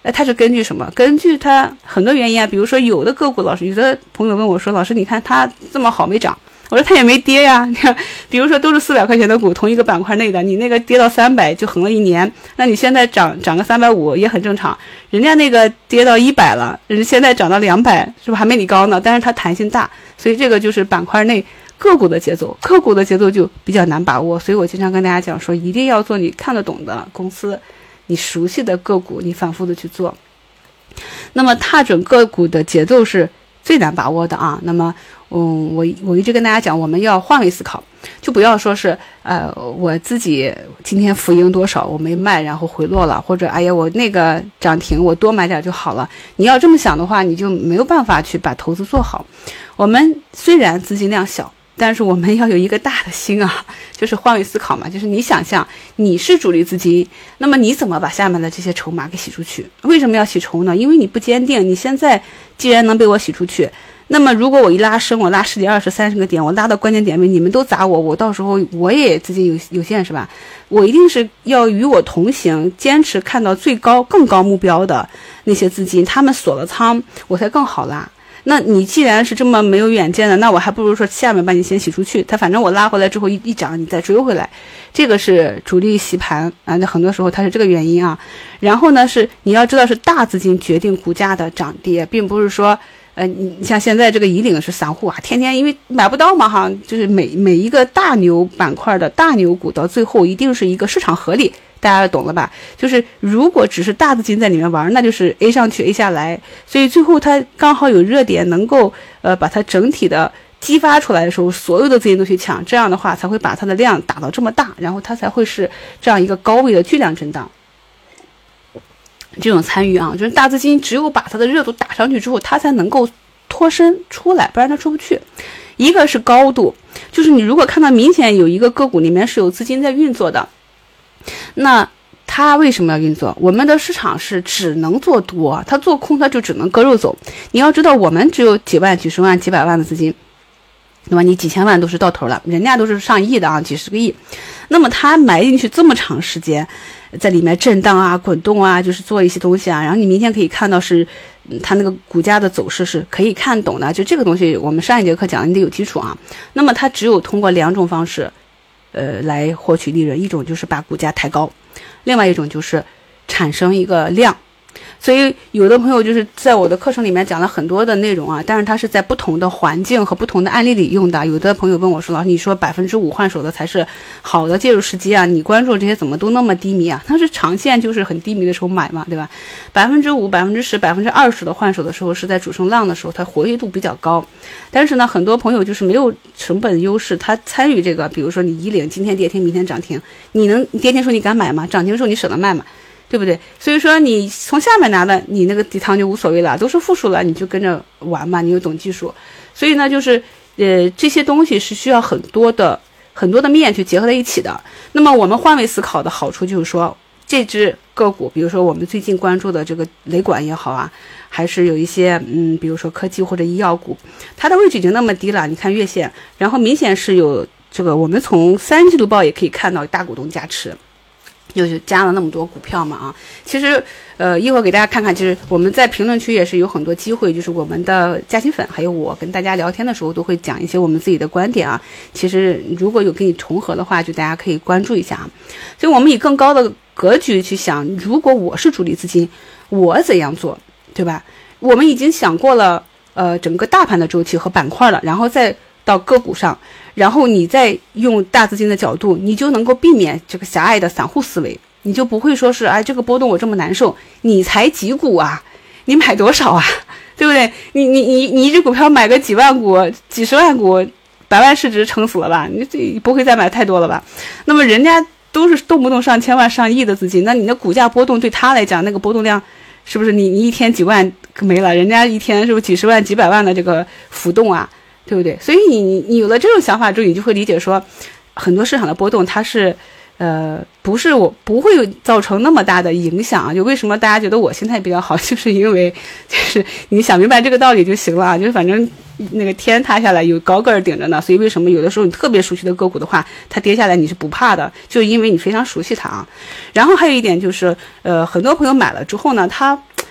呃，它是根据什么？根据它很多原因啊，比如说有的个股，老师有的朋友问我说，老师你看它这么好没涨，我说它也没跌呀。你看，比如说都是四百块钱的股，同一个板块内的，你那个跌到三百就横了一年，那你现在涨涨个三百五也很正常。人家那个跌到一百了，人现在涨到两百，是不是还没你高呢？但是它弹性大，所以这个就是板块内个股的节奏，个股的节奏就比较难把握。所以我经常跟大家讲说，一定要做你看得懂的公司，你熟悉的个股，你反复的去做。那么踏准个股的节奏是最难把握的啊。那么，嗯，我我一直跟大家讲，我们要换位思考，就不要说是呃我自己今天浮盈多少我没卖，然后回落了，或者哎呀我那个涨停我多买点就好了。你要这么想的话，你就没有办法去把投资做好。我们虽然资金量小，但是我们要有一个大的心啊，就是换位思考嘛，就是你想象你是主力资金，那么你怎么把下面的这些筹码给洗出去？为什么要洗筹呢？因为你不坚定。你现在既然能被我洗出去，那么如果我一拉升，我拉十几、二十、三十个点，我拉到关键点位，你们都砸我，我到时候我也资金有有限是吧？我一定是要与我同行，坚持看到最高、更高目标的那些资金，他们锁了仓，我才更好拉。那你既然是这么没有远见的，那我还不如说下面把你先洗出去，它反正我拉回来之后一一涨，你再追回来，这个是主力洗盘啊。那很多时候它是这个原因啊。然后呢，是你要知道是大资金决定股价的涨跌，并不是说呃你像现在这个以岭是散户啊，天天因为买不到嘛哈，就是每每一个大牛板块的大牛股到最后一定是一个市场合理。大家懂了吧？就是如果只是大资金在里面玩，那就是 A 上去 A 下来，所以最后它刚好有热点，能够呃把它整体的激发出来的时候，所有的资金都去抢，这样的话才会把它的量打到这么大，然后它才会是这样一个高位的巨量震荡。这种参与啊，就是大资金只有把它的热度打上去之后，它才能够脱身出来，不然它出不去。一个是高度，就是你如果看到明显有一个个股里面是有资金在运作的，那它为什么要运作？我们的市场是只能做多，它做空它就只能割肉走。你要知道，我们只有几万、几十万、几百万的资金，那么你几千万都是到头了，人家都是上亿的啊，几十个亿。那么他埋进去这么长时间，在里面震荡啊、滚动啊，就是做一些东西啊。然后你明天可以看到是，它那个股价的走势是可以看懂的。就这个东西，我们上一节课讲的你得有基础啊。那么它只有通过两种方式。呃，来获取利润，一种就是把股价抬高，另外一种就是产生一个量。所以有的朋友就是在我的课程里面讲了很多的内容啊，但是他是在不同的环境和不同的案例里用的。有的朋友问我说，老师你说百分之五换手的才是好的介入时机啊，你关注这些怎么都那么低迷啊？它是长线就是很低迷的时候买嘛，对吧？百分之五、百分之十、百分之二十的换手的时候是在主升浪的时候，它活跃度比较高。但是呢，很多朋友就是没有成本优势，他参与这个，比如说你以岭今天跌停，明天涨停，你能跌停时候你敢买吗？涨停的时候你舍得卖吗？对不对？所以说你从下面拿的，你那个底仓就无所谓了，都是负数了，你就跟着玩嘛，你又懂技术。所以呢，就是呃这些东西是需要很多的很多的面去结合在一起的。那么我们换位思考的好处就是说，这只个股，比如说我们最近关注的这个雷管也好啊，还是有一些嗯，比如说科技或者医药股，它的位置已经那么低了，你看月线，然后明显是有这个，我们从三季度报也可以看到大股东加持。就是加了那么多股票嘛啊，其实呃一会儿给大家看看，其实我们在评论区也是有很多机会，就是我们的嘉兴粉还有我跟大家聊天的时候都会讲一些我们自己的观点啊。其实如果有跟你重合的话，就大家可以关注一下啊。所以我们以更高的格局去想，如果我是主力资金，我怎样做，对吧？我们已经想过了呃整个大盘的周期和板块了，然后再到个股上，然后你再用大资金的角度，你就能够避免这个狭隘的散户思维，你就不会说是哎这个波动我这么难受，你才几股啊，你买多少啊，对不对？你你你你一只股票买个几万股、几十万股，百万市值撑死了吧？你这不会再买太多了吧？那么人家都是动不动上千万、上亿的资金，那你的股价波动对他来讲，那个波动量是不是你你一天几万没了，人家一天是不是几十万、几百万的这个浮动啊？对不对？所以你你有了这种想法之后，你就会理解说，很多市场的波动它是，呃，不是我不会造成那么大的影响。就为什么大家觉得我心态比较好，就是因为就是你想明白这个道理就行了，就是反正那个天塌下来有高个儿顶着呢，所以为什么有的时候你特别熟悉的个股的话，它跌下来你是不怕的，就是因为你非常熟悉它啊。然后还有一点就是，呃，很多朋友买了之后呢，他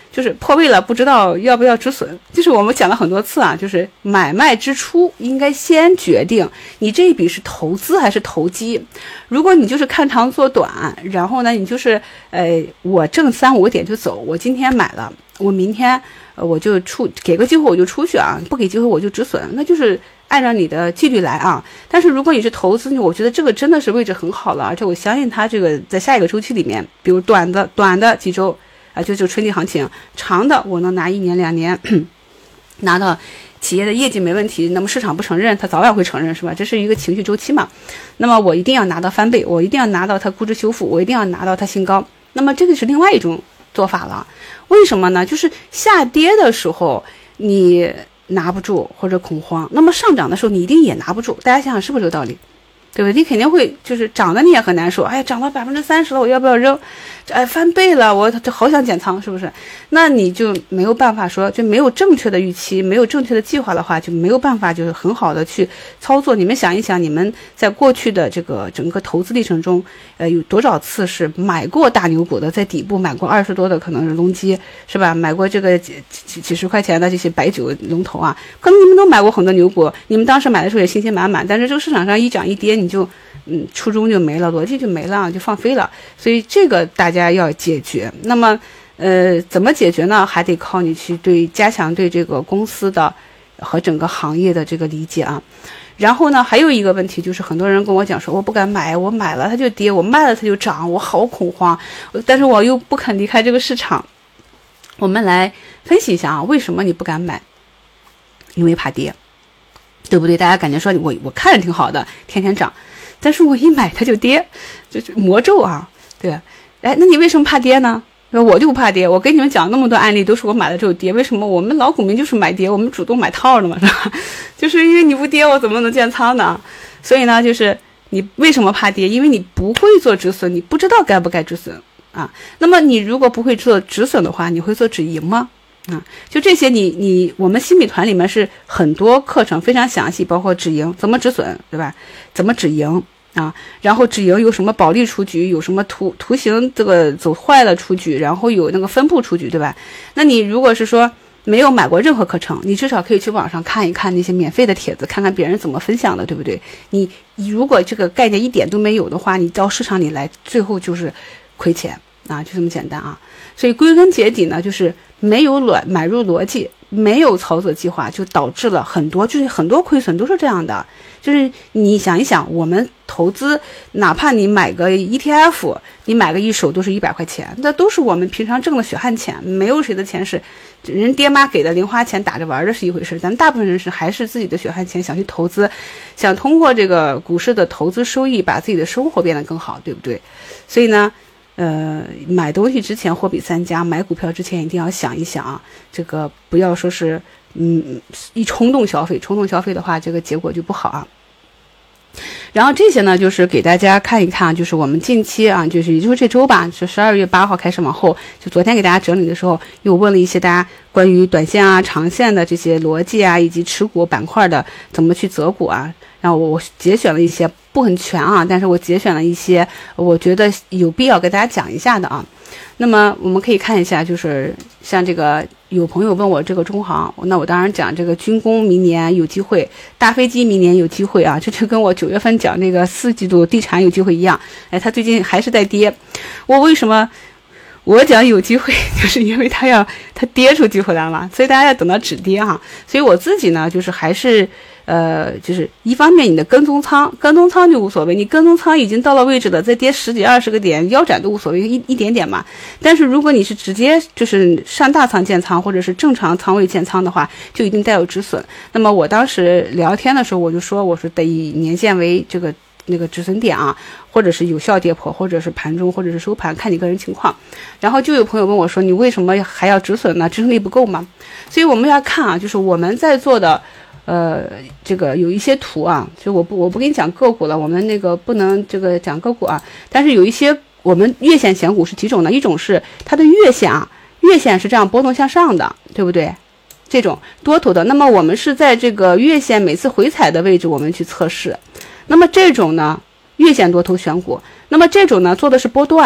就是破位了，不知道要不要止损。就是我们讲了很多次啊，就是买卖之初应该先决定你这一笔是投资还是投机。如果你就是看长做短，然后呢，你就是呃，我挣三五个点就走，我今天买了，我明天呃我就出，给个机会我就出去啊，不给机会我就止损，那就是按照你的纪律来啊。但是如果你是投资，我觉得这个真的是位置很好了，而且我相信它这个在下一个周期里面，比如短的短的几周啊，就就春季行情，长的我能拿一年两年拿到企业的业绩没问题，那么市场不承认，它早晚会承认，是吧？这是一个情绪周期嘛。那么我一定要拿到翻倍，我一定要拿到它估值修复，我一定要拿到它新高。那么这个是另外一种做法了。为什么呢？就是下跌的时候你拿不住或者恐慌，那么上涨的时候你一定也拿不住。大家想想是不是这个道理？对不对？你肯定会就是涨的你也很难受，哎，涨到百分之三十了，我要不要扔？哎，翻倍了，我就好想减仓，是不是？那你就没有办法说，就没有正确的预期，没有正确的计划的话，就没有办法就是很好的去操作。你们想一想，你们在过去的这个整个投资历程中，呃，有多少次是买过大牛股的，在底部买过二十多的可能是隆基，是吧？买过这个几几几十块钱的这些白酒龙头啊，可能你们都买过很多牛股，你们当时买的时候也信心满满，但是这个市场上一涨一跌，你就嗯初衷就没了，逻辑就没了，就放飞了。所以这个大家要解决。那么呃怎么解决呢？还得靠你去对加强对这个公司的和整个行业的这个理解啊。然后呢还有一个问题，就是很多人跟我讲说，我不敢买，我买了它就跌，我卖了它就涨，我好恐慌，但是我又不肯离开这个市场。我们来分析一下啊，为什么你不敢买？因为怕跌，对不对？大家感觉说我我看着挺好的，天天涨，但是我一买它就跌，就是魔咒啊。对，哎，那你为什么怕跌呢？我就不怕跌，我跟你们讲那么多案例都是我买了之后跌，为什么？我们老股民就是买跌，我们主动买套的嘛，是吧？就是因为你不跌，我怎么能建仓呢？所以呢，就是你为什么怕跌？因为你不会做止损，你不知道该不该止损啊。那么你如果不会做止损的话，你会做止盈吗？啊，就这些你，你你我们新米团里面是很多课程非常详细，包括止盈怎么止损，对吧？怎么止盈啊？然后止盈有什么保利出局，有什么图图形这个走坏了出局，然后有那个分布出局，对吧？那你如果是说没有买过任何课程，你至少可以去网上看一看那些免费的帖子，看看别人怎么分享的，对不对？你你如果这个概念一点都没有的话，你到市场里来，最后就是亏钱啊，就这么简单啊。所以归根结底呢，就是没有买买入逻辑，没有操作计划，就导致了很多，就是很多亏损都是这样的。就是你想一想，我们投资，哪怕你买个 E T F， 你买个一手都是一百块钱，那都是我们平常挣的血汗钱，没有谁的钱是人爹妈给的零花钱打着玩的是一回事，咱大部分人是还是自己的血汗钱，想去投资，想通过这个股市的投资收益把自己的生活变得更好，对不对？所以呢呃，买东西之前货比三家，买股票之前一定要想一想啊，这个不要说是嗯一冲动消费，冲动消费的话，这个结果就不好啊。然后这些呢，就是给大家看一看，就是我们近期啊，就是也就是这周吧，就十二月八号开始往后，就昨天给大家整理的时候，又问了一些大家关于短线啊、长线的这些逻辑啊，以及持股板块的怎么去择股啊。然后我节选了一些，不很全啊，但是我节选了一些我觉得有必要给大家讲一下的啊。那么我们可以看一下，就是像这个有朋友问我这个中航，那我当然讲这个军工明年有机会，大飞机明年有机会啊，这就跟我九月份讲这个四季度地产有机会一样。哎，它最近还是在跌，我为什么我讲有机会，就是因为它要它跌出机会来嘛，所以大家要等到止跌哈。所以我自己呢，就是还是。呃，就是一方面你的跟踪仓，跟踪仓就无所谓，你跟踪仓已经到了位置了，再跌十几二十个点，腰斩都无所谓，一一点点嘛。但是如果你是直接就是上大仓建仓，或者是正常仓位建仓的话，就一定带有止损。那么我当时聊天的时候，我就说，我说得以年线为这个那个止损点啊，或者是有效跌破，或者是盘中，或者是收盘，看你个人情况。然后就有朋友问我说，你为什么还要止损呢？支撑力不够吗？所以我们要看啊，就是我们在做的。呃，这个有一些图啊，就我不我不跟你讲个股了，我们那个不能这个讲个股啊。但是有一些我们月线选股是几种呢？一种是它的月线啊，月线是这样波动向上的，对不对？这种多头的，那么我们是在这个月线每次回踩的位置我们去测试。那么这种呢，月线多头选股，那么这种呢做的是波段，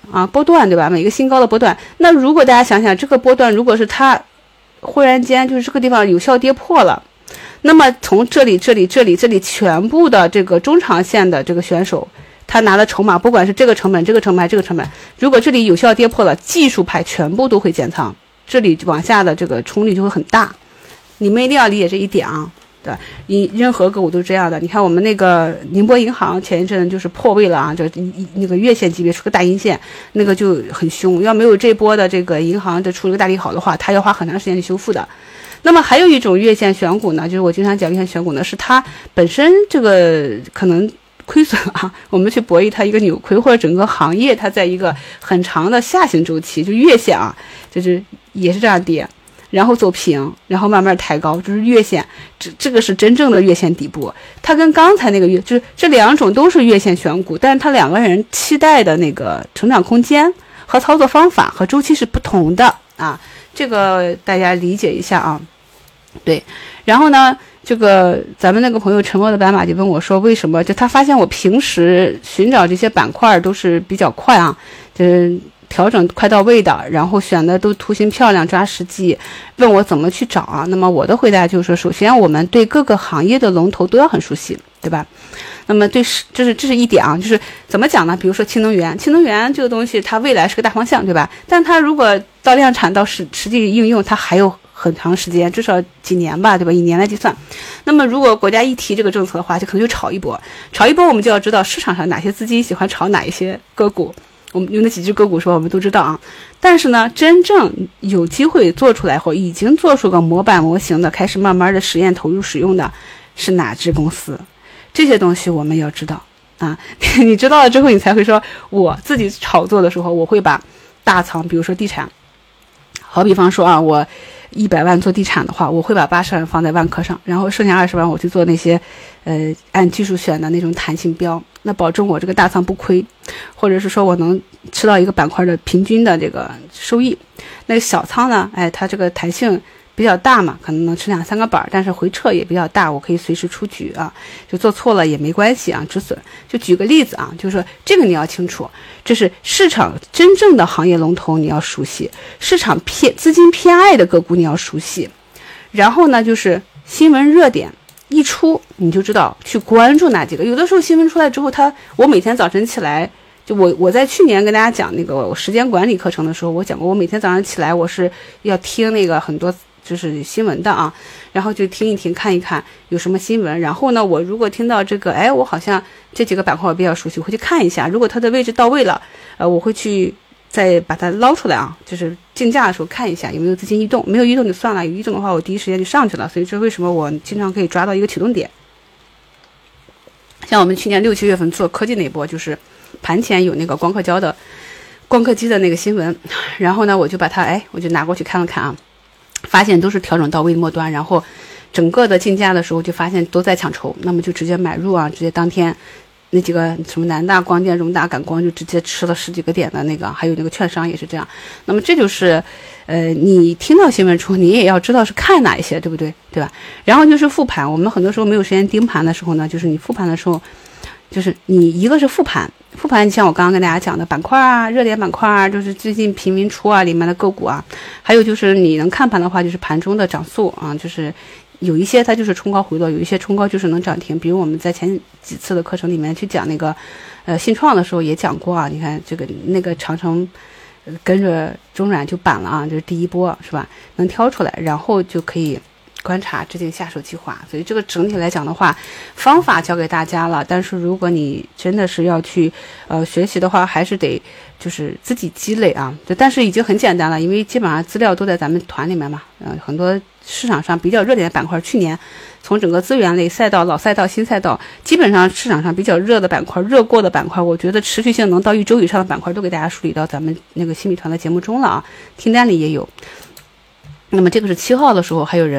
啊，波段对吧？每个新高的波段。那如果大家想想，这个波段如果是它忽然间就是这个地方有效跌破了，那么从这里、这里、这里、这里全部的这个中长线的这个选手，他拿的筹码，不管是这个成本、这个成本、这个成本，如果这里有效跌破了，技术派全部都会减仓，这里往下的这个冲力就会很大。你们一定要理解这一点啊。对，你任何个股都是这样的。你看我们那个宁波银行前一阵就是破位了啊，就那个月线级别出个大阴线，那个就很凶。要没有这波的这个银行的出了个大利好的话，它要花很长时间去修复的。那么还有一种月线选股呢，就是我经常讲月线选股呢，是它本身这个可能亏损啊，我们去博弈它一个扭亏，或者整个行业它在一个很长的下行周期，就月线啊，就是也是这样跌。然后走平，然后慢慢抬高，就是月线，这这个是真正的月线底部。它跟刚才那个月，就是这两种都是月线选股，但是它两个人期待的那个成长空间和操作方法和周期是不同的啊，这个大家理解一下啊。对，然后呢，这个咱们那个朋友沉默的白马就问我说，为什么？就他发现我平时寻找这些板块都是比较快啊，就是调整快到位的，然后选的都图形漂亮抓实际，问我怎么去找啊？那么我的回答就是说，首先我们对各个行业的龙头都要很熟悉，对吧？那么对，这是这是一点啊，就是怎么讲呢？比如说氢能源，氢能源这个东西它未来是个大方向，对吧？但它如果到量产到实实际应用，它还有很长时间，至少几年吧，对吧？以年来计算。那么如果国家一提这个政策的话，就可能就炒一波，炒一波我们就要知道市场上哪些资金喜欢炒哪一些个股。我们用那几只个股说我们都知道啊，但是呢，真正有机会做出来或已经做出个模板模型的，开始慢慢的实验投入使用的是哪只公司？这些东西我们要知道啊。你知道了之后，你才会说，我自己炒作的时候，我会把大仓，比如说地产，好比方说啊，我一百万做地产的话，我会把八十万放在万科上，然后剩下二十万我去做那些，呃，按技术选的那种弹性标，那保证我这个大仓不亏，或者是说我能吃到一个板块的平均的这个收益。那个小仓呢，哎，它这个弹性比较大嘛，可能能吃两三个板，但是回撤也比较大，我可以随时出局啊，就做错了也没关系啊，止损。就举个例子啊，就是说这个你要清楚，这是市场真正的行业龙头你要熟悉，市场偏资金偏爱的个股你要熟悉，然后呢就是新闻热点一出你就知道去关注哪几个。有的时候新闻出来之后，它我每天早晨起来。就我我在去年跟大家讲那个时间管理课程的时候，我讲过，我每天早上起来我是要听那个很多就是新闻的啊，然后就听一听看一看有什么新闻，然后呢，我如果听到这个，哎，我好像这几个板块我比较熟悉，我会去看一下，如果它的位置到位了，呃，我会去再把它捞出来啊，就是竞价的时候看一下有没有资金异动，没有异动就算了，有异动的话我第一时间就上去了，所以这为什么我经常可以抓到一个启动点。像我们去年六七月份做科技那波，就是盘前有那个光刻胶的光刻机的那个新闻，然后呢我就把它哎我就拿过去看了看啊，发现都是调整到位末端，然后整个的竞价的时候就发现都在抢筹，那么就直接买入啊，直接当天那几个什么南大光电、荣大感光就直接吃了十几个点的那个，还有那个券商也是这样。那么这就是呃你听到新闻出你也要知道是看哪一些，对不对？对吧？然后就是复盘，我们很多时候没有时间盯盘的时候呢，就是你复盘的时候，就是你一个是复盘，复盘像我刚刚跟大家讲的板块啊，热点板块啊，就是最近平民出啊里面的个股啊，还有就是你能看盘的话，就是盘中的涨速啊，就是有一些它就是冲高回落，有一些冲高就是能涨停。比如我们在前几次的课程里面去讲那个呃信创的时候也讲过啊，你看这个那个长城跟着中软就板了啊，这是第一波是吧？能挑出来，然后就可以观察制定下手计划。所以这个整体来讲的话，方法教给大家了，但是如果你真的是要去呃学习的话，还是得就是自己积累啊。就但是已经很简单了，因为基本上资料都在咱们团里面嘛，呃很多市场上比较热点的板块，去年从整个资源类赛道、老赛道、新赛道，基本上市场上比较热的板块、热过的板块，我觉得持续性能到一周以上的板块都给大家梳理到咱们那个新米团的节目中了啊，听单里也有。那么这个是七号的时候，还有人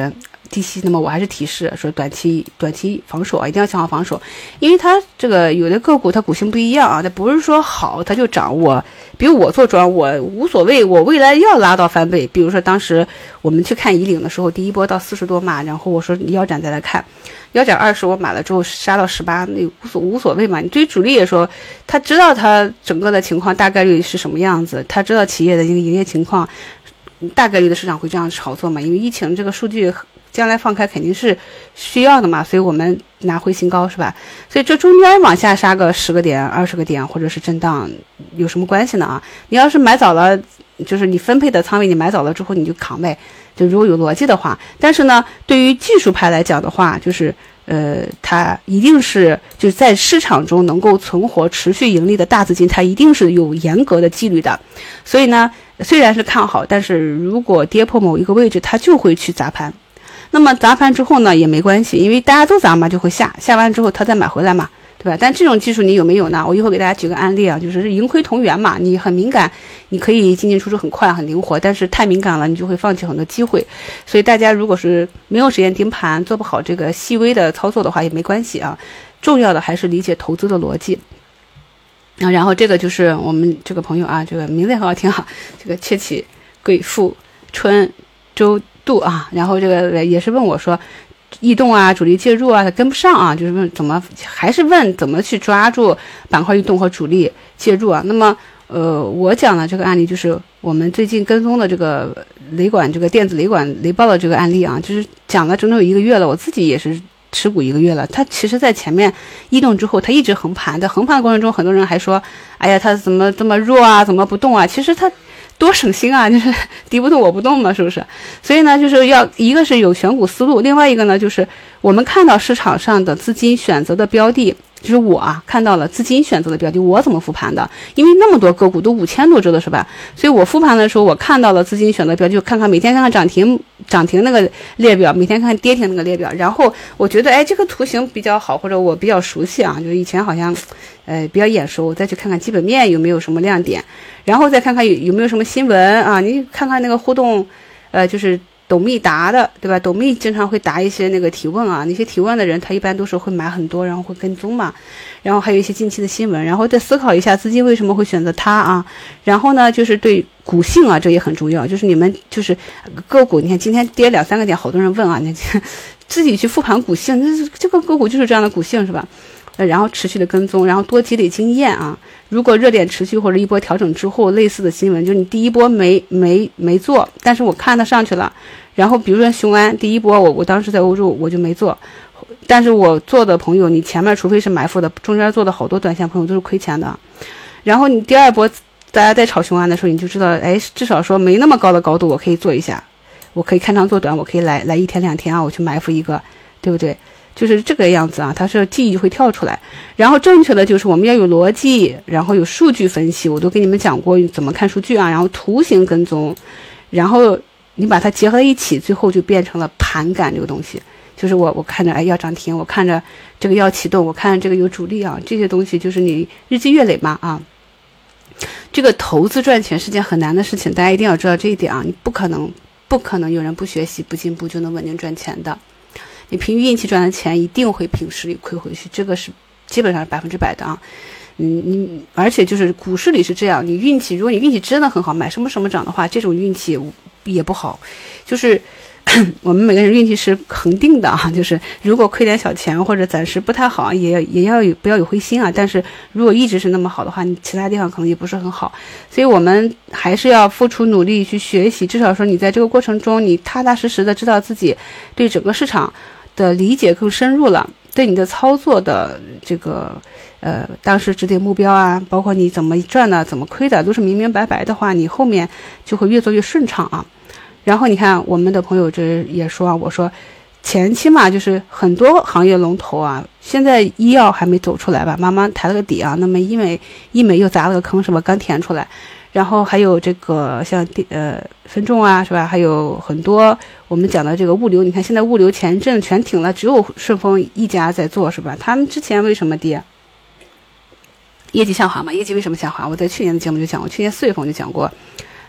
低息，那么我还是提示说短期短期防守啊，一定要想好防守，因为它这个有的个股它股性不一样啊，它不是说好它就涨。我比如我做庄，我无所谓，我未来要拉到翻倍。比如说当时我们去看以岭的时候，第一波到四十多嘛，然后我说腰斩再来看，腰斩二十我买了之后杀到十八，那无所无所谓嘛。你对于主力也说，他知道他整个的情况大概率是什么样子，他知道企业的一个营业情况，大概率的市场会这样炒作嘛，因为疫情这个数据将来放开肯定是需要的嘛，所以我们拿回新高是吧？所以这中间往下杀个十个点、二十个点，或者是震荡，有什么关系呢啊？你要是买早了，就是你分配的仓位你买早了之后你就扛呗，就如果有逻辑的话。但是呢，对于技术派来讲的话，就是呃，它一定是就是在市场中能够存活、持续盈利的大资金，它一定是有严格的纪律的。所以呢，虽然是看好，但是如果跌破某一个位置，它就会去砸盘。那么砸盘之后呢也没关系，因为大家都砸嘛，就会下，下完之后他再买回来嘛，对吧？但这种技术你有没有呢？我一会儿给大家举个案例啊，就是盈亏同源嘛，你很敏感，你可以进进出出很快很灵活，但是太敏感了你就会放弃很多机会。所以大家如果是没有时间盯盘，做不好这个细微的操作的话也没关系啊，重要的还是理解投资的逻辑啊。然后这个就是我们这个朋友啊，这个名字也很好听哈，这个窃喜贵妇春周度啊，然后这个也是问我说异动啊，主力介入啊，他跟不上啊，就是问怎么，还是问怎么去抓住板块异动和主力介入啊。那么呃，我讲的这个案例就是我们最近跟踪的这个雷管，这个电子雷管雷暴的这个案例啊，就是讲了整整有一个月了，我自己也是持股一个月了。它其实在前面异动之后，它一直横盘，在横盘的过程中，很多人还说，哎呀，它怎么这么弱啊，怎么不动啊？其实它多省心啊，就是敌不动我不动嘛，是不是？所以呢，就是要一个是有选股思路，另外一个呢，就是我们看到市场上的资金选择的标的，就是我啊看到了资金选择的标的，我怎么复盘的？因为那么多个股都五千多只了，是吧？所以我复盘的时候，我看到了资金选择标的，就看看每天看看涨停涨停那个列表，每天看看跌停那个列表，然后我觉得哎这个图形比较好，或者我比较熟悉啊，就是以前好像呃比较眼熟，我再去看看基本面有没有什么亮点，然后再看看有有没有什么新闻啊，你看看那个互动，呃就是抖密答的，对吧？抖密经常会答一些那个提问啊，那些提问的人他一般都是会买很多，然后会跟踪嘛，然后还有一些近期的新闻，然后再思考一下资金为什么会选择它啊，然后呢就是对股性啊，这也很重要，就是你们就是个股，你看今天跌两三个点，好多人问啊，你自己去复盘股性，这这个个股就是这样的股性是吧？然后持续的跟踪，然后多积累经验啊。如果热点持续或者一波调整之后，类似的新闻，就是你第一波没没没做，但是我看它上去了，然后比如说雄安第一波我我当时在欧洲我就没做，但是我做的朋友，你前面除非是埋伏的，中间做的好多短线朋友都是亏钱的。然后你第二波大家在炒雄安的时候，你就知道，哎，至少说没那么高的高度，我可以做一下，我可以看长做短，我可以来来一天两天啊，我去埋伏一个，对不对？就是这个样子啊，它是记忆会跳出来。然后正确的就是我们要有逻辑，然后有数据分析，我都给你们讲过怎么看数据啊，然后图形跟踪，然后你把它结合在一起，最后就变成了盘感这个东西。就是我我看着哎要涨停，我看着这个要启动，我看着这个有主力啊，这些东西就是你日积月累嘛啊。这个投资赚钱是件很难的事情，大家一定要知道这一点啊，你不可能不可能有人不学习不进步就能稳定赚钱的。你凭运气赚的钱一定会凭实力亏回去，这个是基本上是百分之百的啊。嗯，你而且就是股市里是这样，你运气，如果你运气真的很好，买什么什么涨的话，这种运气也不好。就是我们每个人运气是恒定的啊，就是如果亏点小钱或者暂时不太好，也也要有不要有灰心啊。但是如果一直是那么好的话，你其他地方可能也不是很好。所以我们还是要付出努力去学习，至少说你在这个过程中，你踏踏实实的知道自己对整个市场的理解更深入了，对你的操作的这个呃当时制定目标啊，包括你怎么赚的怎么亏的都是明明白白的话，你后面就会越做越顺畅啊。然后你看我们的朋友这也说啊，我说前期嘛就是很多行业龙头啊，现在医药还没走出来吧，慢慢抬了个底啊，那么医美医美又砸了个坑是吧，刚填出来。然后还有这个像呃分众啊是吧，还有很多我们讲的这个物流，你看现在物流前阵全挺了，只有顺丰一家在做是吧，他们之前为什么跌？业绩下滑嘛，业绩为什么下滑？我在去年的节目就讲过，去年四月份我就讲过，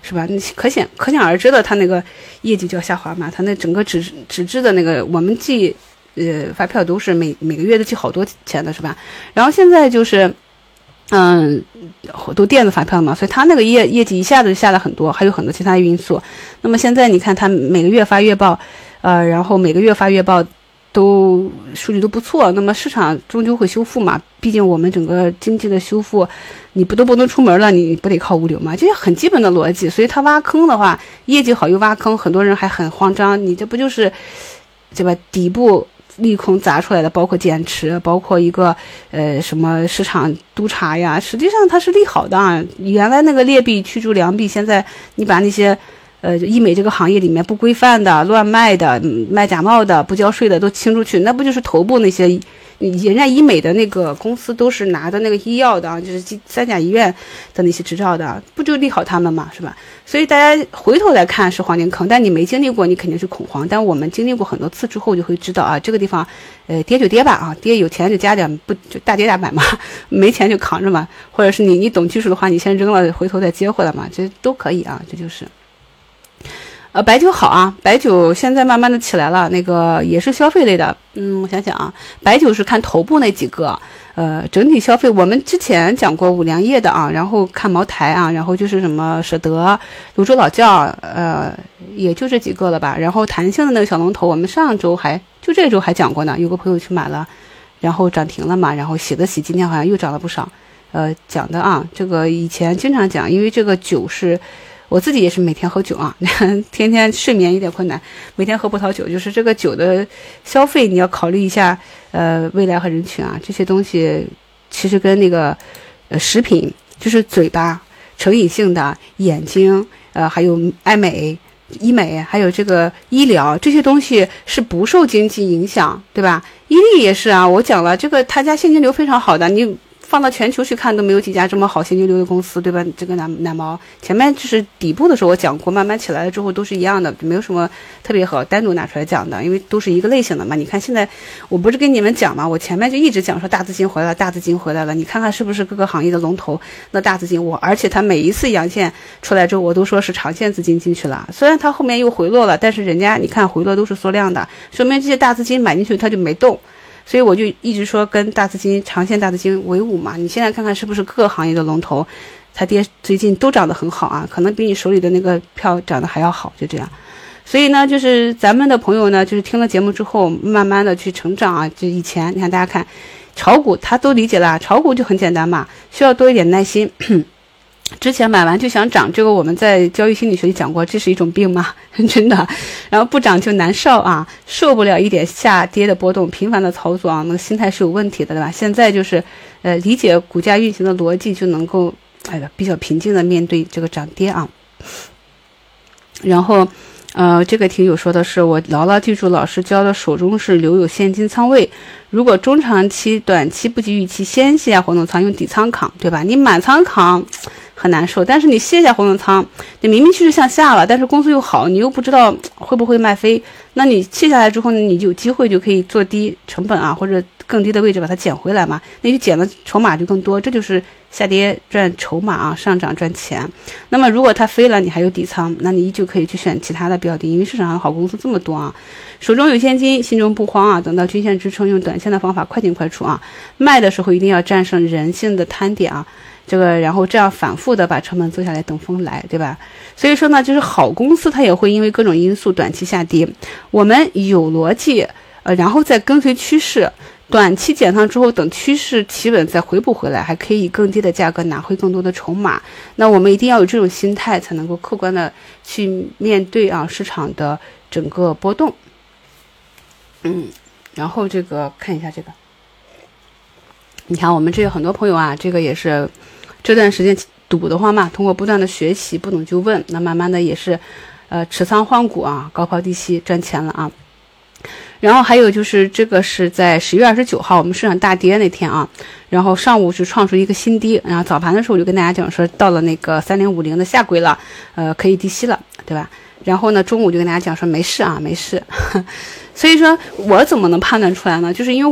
是吧？你可显可想而知的，它那个业绩就要下滑嘛。它那整个纸纸质的那个，我们寄呃发票都是每每个月都寄好多钱的，是吧？然后现在就是。嗯，都电子发票嘛，所以它那个业业绩一下子就下了很多，还有很多其他的因素。那么现在你看，它每个月发月报，呃，然后每个月发月报都数据都不错。那么市场终究会修复嘛，毕竟我们整个经济的修复，你不都不能出门了，你不得靠物流嘛？这是很基本的逻辑。所以它挖坑的话，业绩好又挖坑，很多人还很慌张。你这不就是，对吧？底部。利空砸出来的，包括减持，包括一个呃什么市场督查呀，实际上它是利好的啊。原来那个劣币驱逐良币，现在你把那些呃医美这个行业里面不规范的、乱卖的、嗯、卖假冒的、不交税的都清出去，那不就是头部那些人家医美的那个公司都是拿的那个医药的啊，就是三甲医院的那些执照的，不就利好他们嘛，是吧？所以大家回头来看是黄金坑，但你没经历过，你肯定是恐慌。但我们经历过很多次之后，就会知道啊，这个地方，呃，跌就跌吧啊，跌有钱就加点，不就大跌大买嘛，没钱就扛着嘛，或者是你你懂技术的话，你先扔了，回头再接回来嘛，这都可以啊，这就是。呃，白酒好啊，白酒现在慢慢的起来了，那个也是消费类的。嗯，我想想啊，白酒是看头部那几个，呃，整体消费我们之前讲过五粮液的啊，然后看茅台啊，然后就是什么舍得、泸州老窖，呃，也就这几个了吧。然后弹性的那个小龙头，我们上周还就这周还讲过呢，有个朋友去买了，然后涨停了嘛，然后洗的洗，今天好像又涨了不少。呃，讲的啊，这个以前经常讲，因为这个酒是。我自己也是每天喝酒啊，天天睡眠有点困难，每天喝葡萄酒，就是这个酒的消费你要考虑一下，呃，未来和人群啊，这些东西其实跟那个呃食品，就是嘴巴成瘾性的眼睛，呃，还有爱美、医美，还有这个医疗这些东西是不受经济影响，对吧？伊利也是啊，我讲了，这个他家现金流非常好的，你。放到全球去看都没有几家这么好现金流的公司，对吧？这个奶奶毛前面就是底部的时候我讲过，慢慢起来了之后都是一样的，没有什么特别好单独拿出来讲的，因为都是一个类型的嘛。你看现在我不是跟你们讲嘛，我前面就一直讲说大资金回来了，大资金回来了，你看看是不是各个行业的龙头那大资金我，而且它每一次阳线出来之后，我都说是长线资金进去了，虽然它后面又回落了，但是人家你看回落都是缩量的，说明这些大资金买进去它就没动。所以我就一直说跟大资金长线大资金为伍嘛，你现在看看是不是各个行业的龙头它跌最近都涨得很好啊，可能比你手里的那个票涨得还要好，就这样。所以呢就是咱们的朋友呢就是听了节目之后慢慢的去成长啊，就以前你看大家看炒股他都理解了，炒股就很简单嘛，需要多一点耐心之前买完就想涨，这个我们在交易心理学里讲过，这是一种病吗？真的。然后不涨就难受啊，受不了一点下跌的波动，频繁的操作啊，那个心态是有问题的，对吧？现在就是呃理解股价运行的逻辑，就能够哎呀比较平静的面对这个涨跌啊。然后呃这个听友说的是，我牢牢记住老师教的，手中是留有现金仓位，如果中长期短期不及预期，先卸下活动仓，用底仓扛，对吧？你满仓扛很难受，但是你卸下活动仓，你明明趋势向下了，但是公司又好，你又不知道会不会卖飞，那你卸下来之后呢，你有机会就可以做低成本啊，或者更低的位置把它捡回来嘛，那就捡了筹码就更多，这就是下跌赚筹码啊，上涨赚钱。那么如果它飞了，你还有底仓，那你依旧可以去选其他的标的，因为市场上好公司这么多啊，手中有现金，心中不慌啊，等到均线支撑，用短线的方法快进快出啊，卖的时候一定要战胜人性的贪点啊。这个，然后这样反复的把成本做下来，等风来，对吧？所以说呢，就是好公司它也会因为各种因素短期下跌，我们有逻辑，呃，然后再跟随趋势，短期减仓之后，等趋势企稳再回补回来，还可以以更低的价格拿回更多的筹码。那我们一定要有这种心态，才能够客观的去面对啊市场的整个波动。嗯，然后这个看一下这个。你看我们这有很多朋友啊，这个也是这段时间赌的话嘛，通过不断的学习，不懂就问，那慢慢的也是呃持仓换股啊，高抛低吸赚钱了啊。然后还有就是这个是在十月二十九号我们市场大跌那天啊，然后上午是创出一个新低，然后早盘的时候我就跟大家讲说到了那个三零五零的下轨了，呃可以低吸了，对吧？然后呢中午就跟大家讲说没事啊没事所以说我怎么能判断出来呢？就是因为我们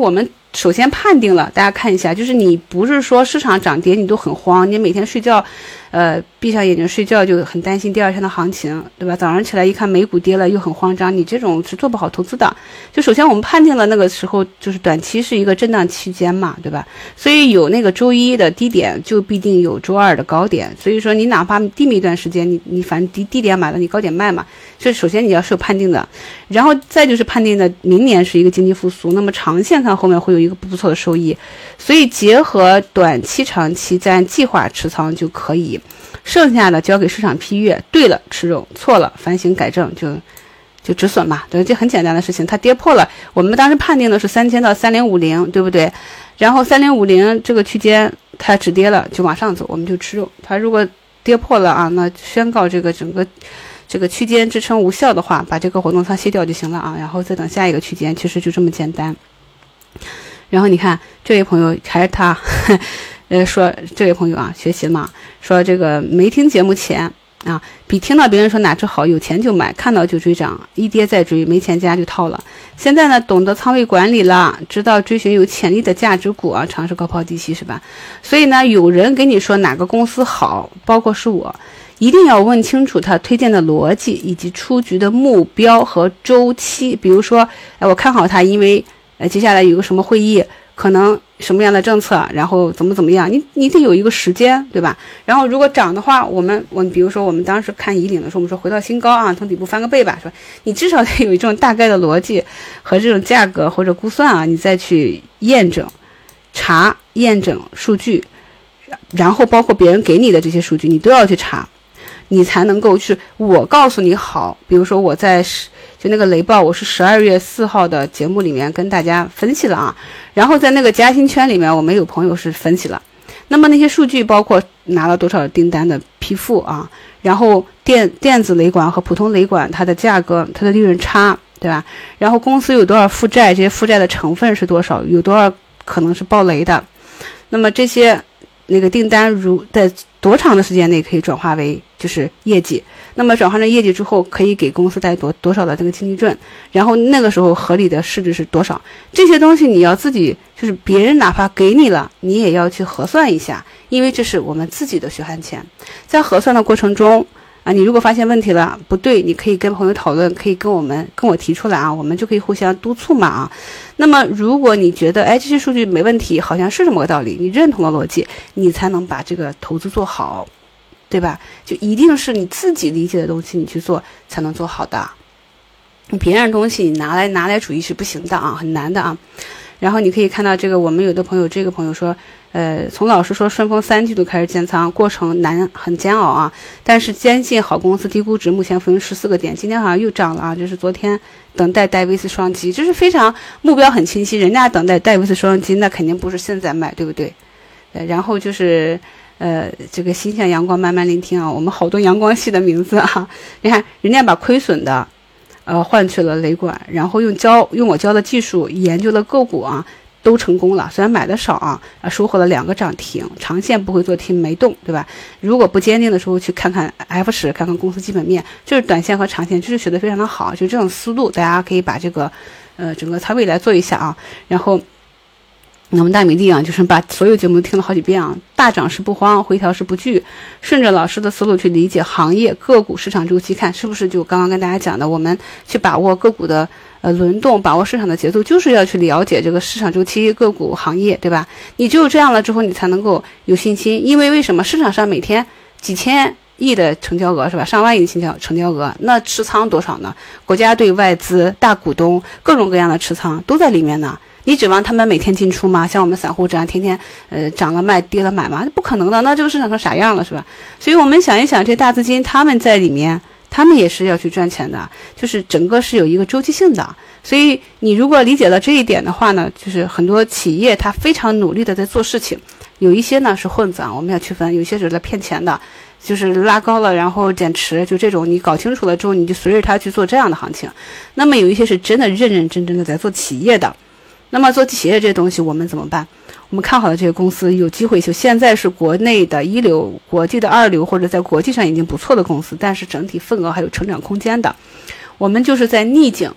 首先判定了，大家看一下，就是你不是说市场涨跌你都很慌，你每天睡觉，呃，闭上眼睛睡觉就很担心第二天的行情，对吧？早上起来一看美股跌了又很慌张，你这种是做不好投资的。就首先我们判定了那个时候就是短期是一个震荡区间嘛，对吧？所以有那个周一的低点，就必定有周二的高点。所以说你哪怕低迷一段时间，你你反正低低点买了，你高点卖嘛。所以首先你要是有判定的，然后再就是判定的明年是一个经济复苏，那么长线看后面会有一个不错的收益。所以结合短期长期再按计划持仓就可以，剩下的交给市场批阅，对了吃肉，错了反省改正，就就止损嘛，对，这很简单的事情。它跌破了，我们当时判定的是三千到三零五零，对不对？然后三零五零这个区间它止跌了就往上走，我们就吃肉。它如果跌破了啊，那宣告这个整个这个区间支撑无效的话，把这个活动仓卸掉就行了啊，然后再等下一个区间，其实就这么简单。然后你看这位朋友还是他呃说这位朋友啊学习嘛，说这个没听节目前啊，比听到别人说哪只好有钱就买，看到就追涨，一跌再追，没钱家就套了。现在呢懂得仓位管理了，知道追寻有潜力的价值股啊，尝试高抛低吸是吧？所以呢有人给你说哪个公司好，包括是我，一定要问清楚他推荐的逻辑以及出局的目标和周期。比如说哎，我看好他，因为呃，接下来有个什么会议，可能什么样的政策，然后怎么怎么样，你你得有一个时间，对吧？然后如果涨的话，我们我们比如说我们当时看以岭的时候，我们说回到新高啊，从底部翻个倍吧，说你至少得有一种大概的逻辑和这种价格或者估算啊，你再去验证、查、验证数据，然后包括别人给你的这些数据，你都要去查，你才能够去我告诉你好。比如说我在就那个雷暴，我是十二月四号的节目里面跟大家分析了啊，然后在那个嘉兴圈里面，我们有朋友是分析了，那么那些数据包括拿了多少订单的批复啊，然后电电子雷管和普通雷管它的价格、它的利润差，对吧？然后公司有多少负债，这些负债的成分是多少，有多少可能是爆雷的，那么这些那个订单如在多长的时间内可以转化为就是业绩，那么转化成业绩之后可以给公司带多多少的这个净利润，然后那个时候合理的市值是多少，这些东西你要自己就是别人哪怕给你了，你也要去核算一下，因为这是我们自己的血汗钱。在核算的过程中啊，你如果发现问题了不对，你可以跟朋友讨论，可以跟我们跟我提出来啊，我们就可以互相督促嘛啊。那么如果你觉得哎这些数据没问题，好像是这么个道理，你认同了逻辑，你才能把这个投资做好，对吧？就一定是你自己理解的东西你去做才能做好的，你别人的东西你拿来拿来主义是不行的啊，很难的啊。然后你可以看到这个，我们有的朋友，这个朋友说，呃，从老师说顺丰三季度开始建仓，过程难很煎熬啊，但是坚信好公司低估值，目前浮盈十四个点，今天好像又涨了啊，这是昨天等待戴维斯双击，这是非常目标很清晰，人家等待戴维斯双击，那肯定不是现在买，对不对？呃，然后就是呃，这个心向阳光慢慢聆听啊，我们好多阳光系的名字啊，你看人家把亏损的。呃，换取了雷管，然后用教用我教的技术研究的个股啊，都成功了。虽然买的少啊，啊，收获了两个涨停，长线不会做题没动，对吧？如果不坚定的时候，去看看 F 十，看看公司基本面，就是短线和长线，就是学得非常的好，就这种思路，大家可以把这个呃整个仓位来做一下啊，然后。我们大米粒啊，就是把所有节目听了好几遍啊，大涨是不慌，回调是不惧，顺着老师的思路去理解行业个股市场周期，看是不是就刚刚跟大家讲的，我们去把握个股的呃轮动，把握市场的节奏，就是要去了解这个市场周期、个股行业，对吧？你只有这样了之后，你才能够有信心，因为为什么市场上每天几千亿的成交额是吧？上万亿的成交成交额，那持仓多少呢？国家队、外资、大股东各种各样的持仓都在里面呢。你指望他们每天进出吗？像我们散户这样天天呃涨了卖跌了买吗？不可能的，那这个市场成啥样了是吧？所以我们想一想，这大资金他们在里面，他们也是要去赚钱的，就是整个是有一个周期性的。所以你如果理解了这一点的话呢，就是很多企业他非常努力的在做事情，有一些呢是混子啊，我们要区分，有一些是在骗钱的，就是拉高了然后减持，就这种你搞清楚了之后，你就随着他去做这样的行情。那么有一些是真的认认真真的在做企业的。那么做企业这些东西我们怎么办？我们看好的这些公司有机会，就现在是国内的一流、国际的二流，或者在国际上已经不错的公司，但是整体份额还有成长空间的，我们就是在逆境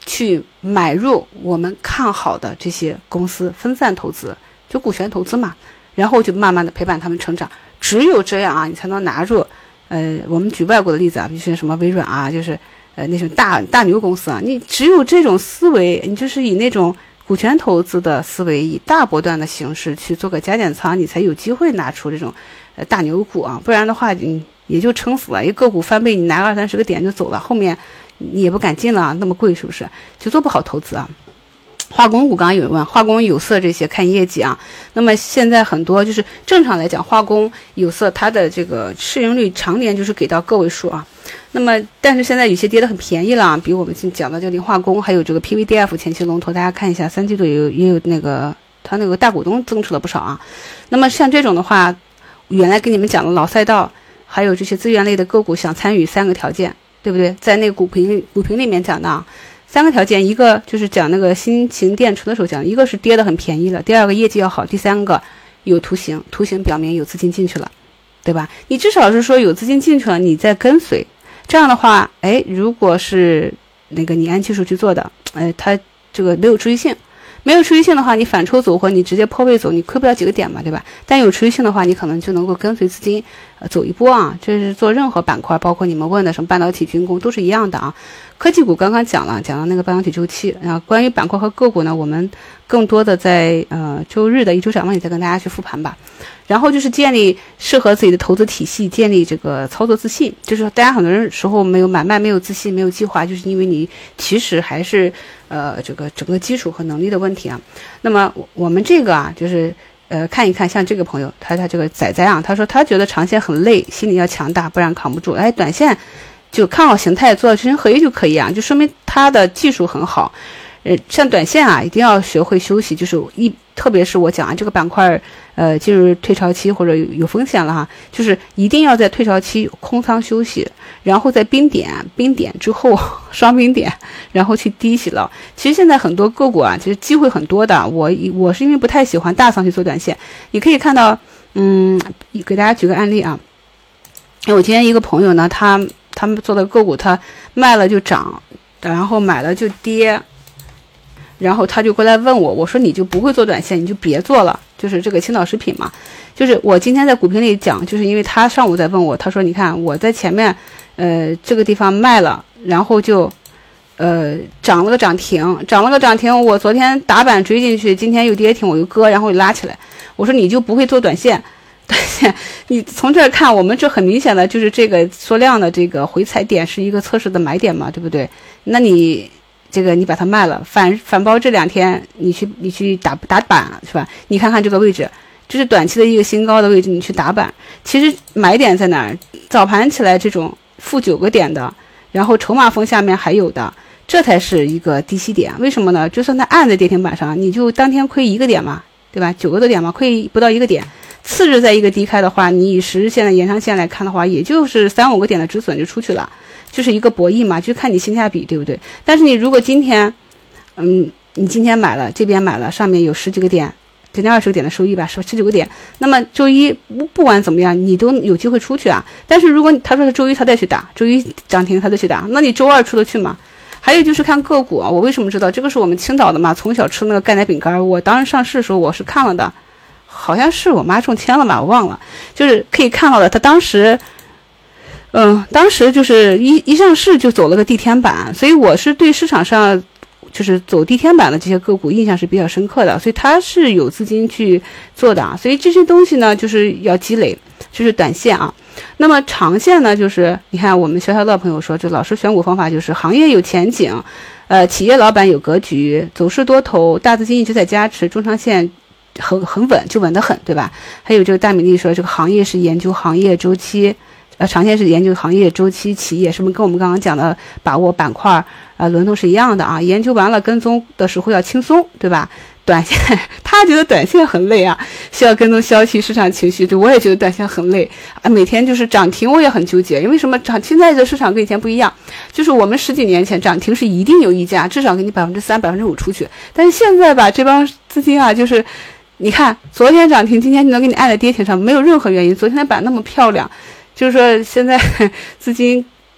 去买入我们看好的这些公司，分散投资，就股权投资嘛，然后就慢慢的陪伴他们成长。只有这样啊，你才能拿住。呃，我们举外国的例子啊，就是什么微软啊，就是呃那种大大牛公司啊，你只有这种思维，你就是以那种股权投资的思维，以大波段的形式去做个加减仓，你才有机会拿出这种呃大牛股啊，不然的话你也就撑死了，一个股翻倍，你拿二三十个点就走了，后面你也不敢进了，那么贵是不是？就做不好投资啊。化工股刚刚有人问，化工有色这些看业绩啊，那么现在很多就是正常来讲，化工有色它的这个市盈率常年就是给到个位数啊。那么但是现在有些跌得很便宜了，比如我们讲的这个磷化工，还有这个 P V D F 前期龙头，大家看一下三季度也有也有那个它那个大股东增持了不少啊。那么像这种的话，原来跟你们讲的老赛道，还有这些资源类的个股想参与三个条件，对不对？在那个股评股评里面讲的啊。三个条件，一个就是讲那个新型电池的时候讲，一个是跌得很便宜了，第二个业绩要好，第三个有图形，图形表明有资金进去了，对吧？你至少是说有资金进去了，你再跟随，这样的话，哎，如果是那个你按技术去做的，哎，它这个没有持续性，没有持续性的话，你反抽走或你直接破位走，你亏不了几个点嘛，对吧？但有持续性的话，你可能就能够跟随资金呃走一波啊，这是做任何板块，包括你们问的什么半导体、军工都是一样的啊。科技股刚刚讲了，讲了那个半导体周期。然后关于板块和个股呢，我们更多的在呃周日的一周展望里再跟大家去复盘吧。然后就是建立适合自己的投资体系，建立这个操作自信。就是大家很多人时候没有买卖，没有自信，没有计划，就是因为你其实还是呃这个整个基础和能力的问题啊。那么我们这个啊，就是呃看一看，像这个朋友，他他这个仔仔啊，他说他觉得长线很累，心里要强大，不然扛不住。哎，短线就看好形态做到支撑合一就可以啊，就说明他的技术很好。呃，像短线啊，一定要学会休息，就是一，特别是我讲啊，这个板块呃进入退潮期或者有有风险了哈，就是一定要在退潮期空仓休息，然后在冰点冰点之后双冰点，然后去低洗了。其实现在很多个股啊，其实机会很多的。我我是因为不太喜欢大仓去做短线，你可以看到，嗯，给大家举个案例啊。我今天一个朋友呢，他他们做的个股，他卖了就涨，然后买了就跌。然后他就过来问我，我说你就不会做短线，你就别做了，就是这个青岛食品嘛，就是我今天在股评里讲，就是因为他上午在问我，他说你看我在前面，呃这个地方卖了，然后就，呃涨了个涨停，涨了个涨停，我昨天打板追进去，今天又跌停，我又割，然后又拉起来，我说你就不会做短线，短线，你从这儿看，我们这很明显的就是这个缩量的这个回踩点是一个测试的买点嘛，对不对？那你。这个你把它卖了，反反包这两天你去你去打打板是吧？你看看这个位置，这是短期的一个新高的位置，你去打板，其实买点在哪儿？早盘起来这种负九个点的，然后筹码峰下面还有的，这才是一个低吸点。为什么呢？就算它按在跌停板上，你就当天亏一个点嘛，对吧？九个多点嘛，亏不到一个点。次日在一个低开的话，你以十日线的延长线来看的话，也就是三五个点的止损就出去了。就是一个博弈嘛，就看你性价比，对不对？但是你如果今天，嗯，你今天买了，这边买了，上面有十几个点，将近二十个点的收益吧，十十九个点，那么周一不不管怎么样，你都有机会出去啊。但是如果他说是周一他再去打，周一涨停他再去打，那你周二出得去吗？还有就是看个股啊，我为什么知道这个是我们青岛的嘛？从小吃那个钙奶饼干，我当时上市的时候我是看了的，好像是我妈中签了吧，我忘了，就是可以看到的，他当时。嗯，当时就是一一上市就走了个地天板，所以我是对市场上就是走地天板的这些个股印象是比较深刻的，所以它是有资金去做的啊，所以这些东西呢就是要积累，就是短线啊。那么长线呢，就是你看我们小小的朋友说，这老师选股方法就是行业有前景，呃，企业老板有格局，走势多头，大资金一直在加持，中长线很很稳，就稳得很，对吧？还有这个大米粒说，这个行业是研究行业周期。呃，长线是研究行业周期企业，是不是跟我们刚刚讲的把握板块呃轮动是一样的啊？研究完了跟踪的时候要轻松，对吧？短线他觉得短线很累啊，需要跟踪消息市场情绪，对，我也觉得短线很累啊。每天就是涨停，我也很纠结，因为什么？涨现在的市场跟以前不一样，就是我们十几年前涨停是一定有溢价，至少给你百分之三、百分之五出去，但是现在吧，这帮资金啊，就是你看昨天涨停，今天就能给你按在跌停上，没有任何原因。昨天的板那么漂亮。就是说，现在资金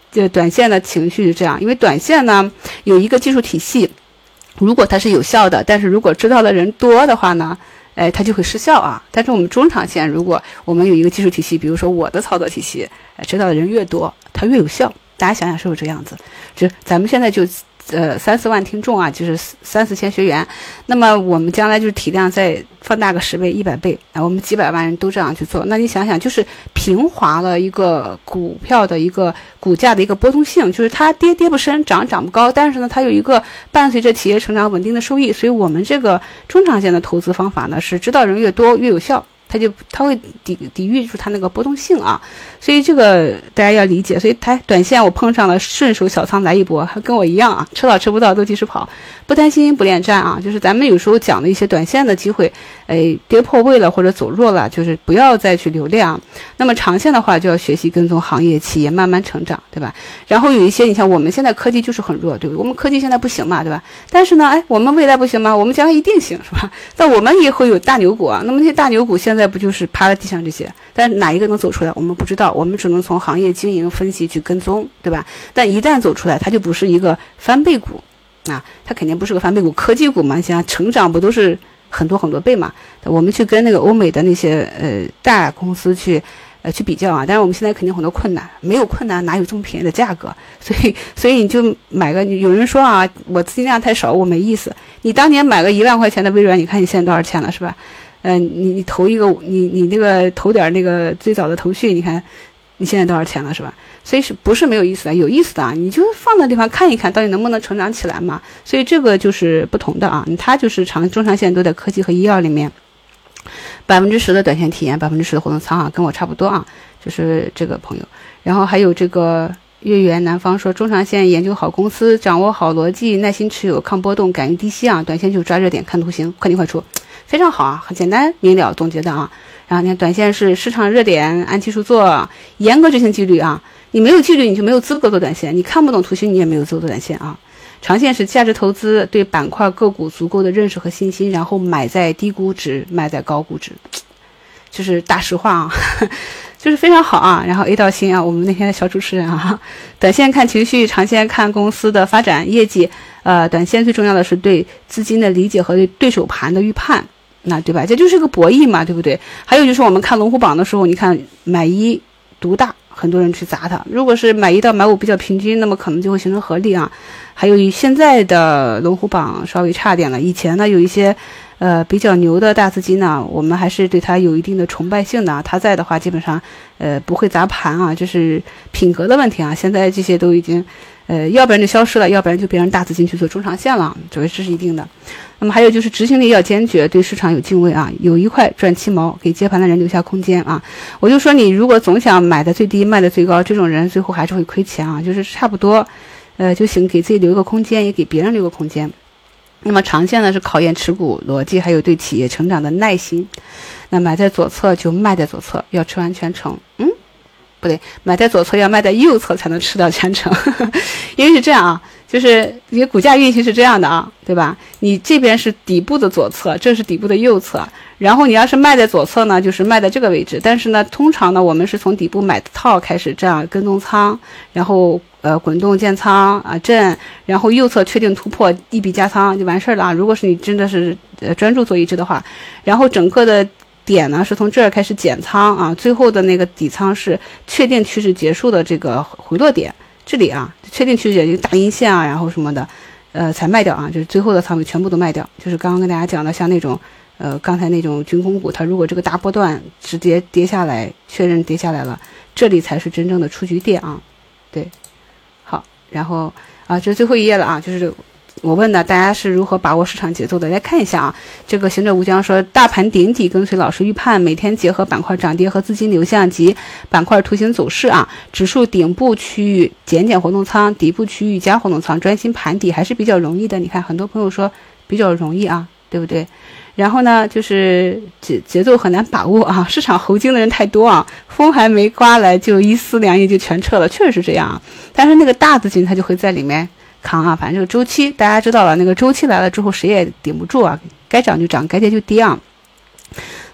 这短线的情绪是这样，因为短线呢有一个技术体系，如果它是有效的，但是如果知道的人多的话呢，哎，它就会失效啊。但是我们中长线，如果我们有一个技术体系，比如说我的操作体系，哎，知道的人越多，它越有效。大家想想是不是这样子？就咱们现在就呃三四万听众啊，就是三四千学员，那么我们将来就是体量再放大个十倍、一百倍啊，我们几百万人都这样去做，那你想想，就是平滑了一个股票的一个股价的一个波动性，就是它跌跌不深，涨涨不高，但是呢，它有一个伴随着企业成长稳定的收益，所以我们这个中长线的投资方法呢，是知道人越多越有效。它就它会抵抵御住它那个波动性啊，所以这个大家要理解。所以它短线我碰上了，顺手小仓来一波，跟我一样啊，吃到吃不到都及时跑，不担心不恋战啊。就是咱们有时候讲的一些短线的机会，哎，跌破位了或者走弱了，就是不要再去留恋啊。那么长线的话，就要学习跟踪行业企业慢慢成长，对吧？然后有一些，你像我们现在科技就是很弱，对不对？我们科技现在不行嘛，对吧？但是呢，哎，我们未来不行吗？我们将来一定行，是吧？但我们也会有大牛股啊。那么那些大牛股现在不就是趴在地上这些？但是哪一个能走出来，我们不知道，我们只能从行业经营分析去跟踪，对吧？但一旦走出来，它就不是一个翻倍股啊，它肯定不是个翻倍股。科技股嘛，你想成长不都是很多很多倍嘛？我们去跟那个欧美的那些呃大公司去呃去比较啊，但是我们现在肯定很多困难，没有困难哪有这么便宜的价格？所以所以你就买个，有人说啊，我资金量太少，我没意思。你当年买个一万块钱的微软，你看你现在多少钱了，是吧？嗯、呃，你你投一个，你你那个投点那个最早的腾讯，你看你现在多少钱了，是吧？所以是不是没有意思的？有意思的啊，你就放那地方看一看，到底能不能成长起来嘛？所以这个就是不同的啊，它就是长中长线都在科技和医药里面，百分之十的短线体验，百分之十的活动仓啊，跟我差不多啊，就是这个朋友。然后还有这个月圆南方说，中长线研究好公司，掌握好逻辑，耐心持有，抗波动，敢于低吸啊，短线就抓热点，看图形，快进快出。非常好啊，很简单明了总结的啊。然后你看短线是市场热点，按技术做，严格执行纪律啊。你没有纪律，你就没有资格做短线，你看不懂图形，你也没有资格做短线啊。长线是价值投资，对板块个股足够的认识和信心，然后买在低估值，卖在高估值，就是大实话啊，就是非常好啊。然后 A 到新啊，我们那天的小主持人啊，短线看情绪，长线看公司的发展业绩。呃，短线最重要的是对资金的理解和对对手盘的预判。那对吧？这就是个博弈嘛，对不对？还有就是我们看龙虎榜的时候，你看买一独大，很多人去砸它。如果是买一到买五比较平均，那么可能就会形成合力啊。还有现在的龙虎榜稍微差点了，以前呢有一些呃比较牛的大资金呢，我们还是对它有一定的崇拜性的。它在的话，基本上呃不会砸盘啊，这是品格的问题啊。现在这些都已经呃要不然就消失了，要不然就别人大资金去做中长线了，这是一定的。那么还有就是执行力要坚决，对市场有敬畏啊，有一块赚七毛，给接盘的人留下空间啊。我就说你如果总想买的最低卖的最高，这种人最后还是会亏钱啊，就是差不多呃就行，给自己留个空间，也给别人留个空间。那么长线呢是考验持股逻辑，还有对企业成长的耐心。那买在左侧就卖在左侧，要吃完全程。嗯不对，买在左侧要卖在右侧才能吃到全程因为是这样啊，就是你股价运行是这样的啊，对吧？你这边是底部的左侧，这是底部的右侧，然后你要是卖在左侧呢，就是卖在这个位置。但是呢，通常呢，我们是从底部买套开始，这样跟踪仓，然后呃滚动建仓啊震，然后右侧确定突破一笔加仓就完事儿了啊。如果是你真的是呃专注做一只的话，然后整个的点呢是从这儿开始减仓啊，最后的那个底仓是确定趋势结束的这个回落点，这里啊确定趋势一个大阴线啊，然后什么的，呃才卖掉啊，就是最后的仓位全部都卖掉。就是刚刚跟大家讲的，像那种呃刚才那种军工股，它如果这个大波段直接跌下来，确认跌下来了，这里才是真正的出局点啊。对，好，然后啊这是最后一页了啊，就是我问的大家是如何把握市场节奏的，来看一下啊。这个行者无疆说，大盘顶底跟随老师预判，每天结合板块涨跌和资金流向及板块图形走势啊，指数顶部区域减减活动仓，底部区域加活动仓，专心盘底还是比较容易的。你看很多朋友说比较容易啊，对不对？然后呢就是节节奏很难把握啊，市场猴精的人太多啊，风还没刮来就一丝凉意就全撤了，确实是这样啊。但是那个大资金它就会在里面扛啊，反正这个周期大家知道了，那个周期来了之后谁也顶不住啊，该涨就涨，该跌就跌啊。